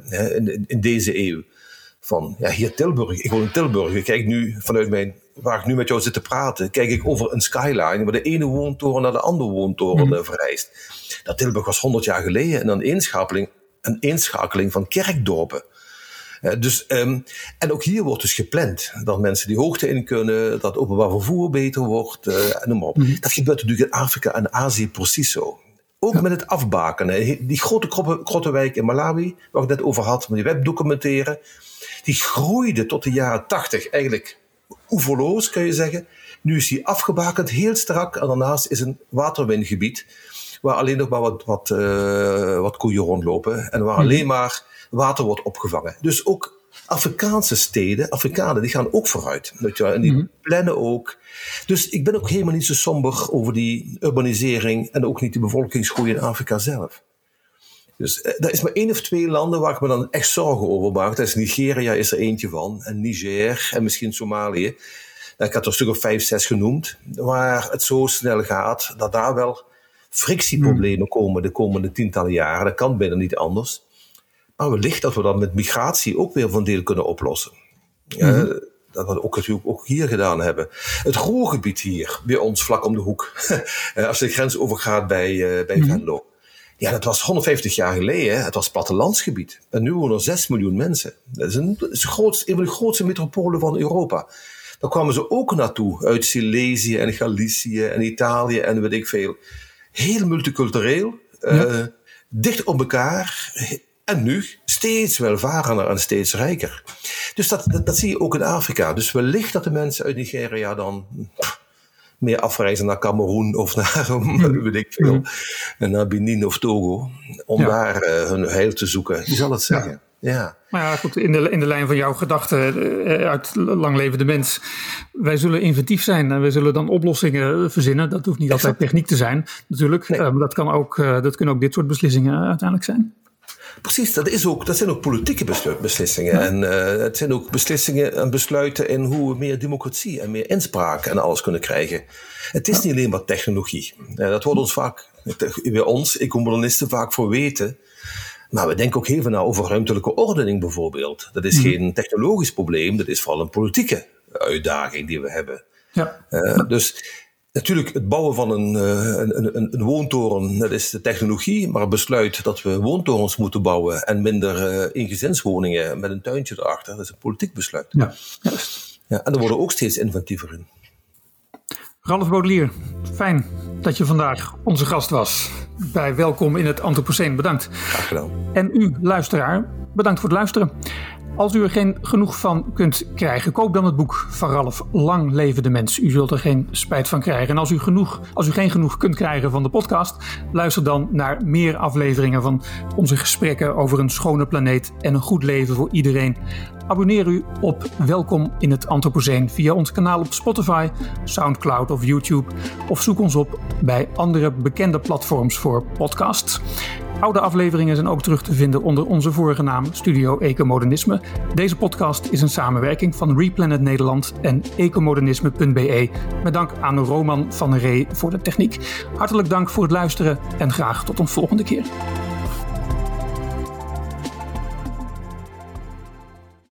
in, in deze eeuw. Van, ja, hier Tilburg, ik woon in Tilburg. Ik kijk nu vanuit mijn, waar ik nu met jou zit te praten, kijk ik over een skyline waar de ene woontoren naar de andere woontoren mm. verrijst. Dat Tilburg was honderd jaar geleden en een eenschakeling, een eenschakeling van kerkdorpen. Uh, dus, um, en ook hier wordt dus gepland dat mensen die hoogte in kunnen, dat openbaar vervoer beter wordt, uh, en noem maar op. Mm. Dat gebeurt natuurlijk in Afrika en Azië precies zo. Ook ja. met het afbakenen. Die grote grottenwijk in Malawi, waar ik het net over had, met die webdocumentaire, die groeide tot de jaren tachtig eigenlijk oeverloos, kun je zeggen. Nu is die afgebakend, heel strak, en daarnaast is een waterwingebied waar alleen nog maar wat, wat, uh, wat koeien rondlopen en waar mm. alleen maar water wordt opgevangen. Dus ook Afrikaanse steden, Afrikanen, die gaan ook vooruit. Weet je wel, en die mm-hmm. plannen ook. Dus ik ben ook helemaal niet zo somber over die urbanisering en ook niet de bevolkingsgroei in Afrika zelf. Dus er is maar één of twee landen waar ik me dan echt zorgen over maak. Dat is Nigeria, is er eentje van. En Niger en misschien Somalië. Ik had er een stuk of vijf, zes genoemd. Waar het zo snel gaat dat daar wel frictieproblemen komen de komende tientallen jaren. Dat kan bijna niet anders. Maar wellicht dat we dat met migratie ook weer van deel kunnen oplossen. Mm-hmm. Uh, dat we ook natuurlijk ook hier gedaan hebben. Het Ruhrgebied hier, bij ons vlak om de hoek. Als je de grens overgaat bij, uh, bij mm-hmm. Venlo. Ja, dat was honderdvijftig jaar geleden. Het was plattelandsgebied. En nu wonen er zes miljoen mensen. Dat is, een, dat is groot, een van de grootste metropolen van Europa. Daar kwamen ze ook naartoe. Uit Silesië en Galicië en Italië en weet ik veel. Heel multicultureel. Ja. Uh, dicht op elkaar. En nu steeds welvarender en steeds rijker. Dus dat, dat, dat zie je ook in Afrika. Dus wellicht dat de mensen uit Nigeria dan pff, meer afreizen naar Cameroen of naar, mm. weet ik veel, mm. naar Benin of Togo. Om ja. daar uh, hun heil te zoeken. Wie zal het zeggen? Ja. Ja. Maar ja, goed, in de, in de lijn van jouw gedachten uh, uit Lang Leven de Mens. Wij zullen inventief zijn en wij zullen dan oplossingen verzinnen. Dat hoeft niet exact. altijd techniek te zijn, natuurlijk. Nee. Uh, maar dat, kan ook, uh, dat kunnen ook dit soort beslissingen uiteindelijk zijn. Precies, dat, is ook, dat zijn ook politieke beslissingen. Ja. En uh, het zijn ook beslissingen en besluiten in hoe we meer democratie en meer inspraak en alles kunnen krijgen. Het is ja. niet alleen maar technologie. Uh, dat wordt ons vaak, bij ons, ecomodernisten, vaak voor weten. Maar we denken ook heel veel na over ruimtelijke ordening bijvoorbeeld. Dat is mm. geen technologisch probleem, dat is vooral een politieke uitdaging die we hebben. Ja. Uh, dus natuurlijk, het bouwen van een, een, een, een woontoren, dat is de technologie. Maar het besluit dat we woontorens moeten bouwen en minder uh, eengezinswoningen met een tuintje erachter, dat is een politiek besluit. Ja. Ja, en daar worden we ook steeds inventiever in. Ralf Baudelier, fijn dat je vandaag onze gast was. Bij Welkom in het Anthropoceen. Bedankt. Graag gedaan. En u, luisteraar, bedankt voor het luisteren. Als u er geen genoeg van kunt krijgen, koop dan het boek van Ralf, Lang Leven de Mens. U zult er geen spijt van krijgen. En als u, genoeg, als u geen genoeg kunt krijgen van de podcast, luister dan naar meer afleveringen van onze gesprekken over een schone planeet en een goed leven voor iedereen. Abonneer u op Welkom in het Anthropoceen via ons kanaal op Spotify, Soundcloud of YouTube. Of zoek ons op bij andere bekende platforms voor podcasts. Oude afleveringen zijn ook terug te vinden onder onze vorige naam Studio Ecomodernisme. Deze podcast is een samenwerking van Replanet Nederland en ecomodernisme punt b e. Met dank aan Roman van der Ree voor de techniek. Hartelijk dank voor het luisteren en graag tot een volgende keer.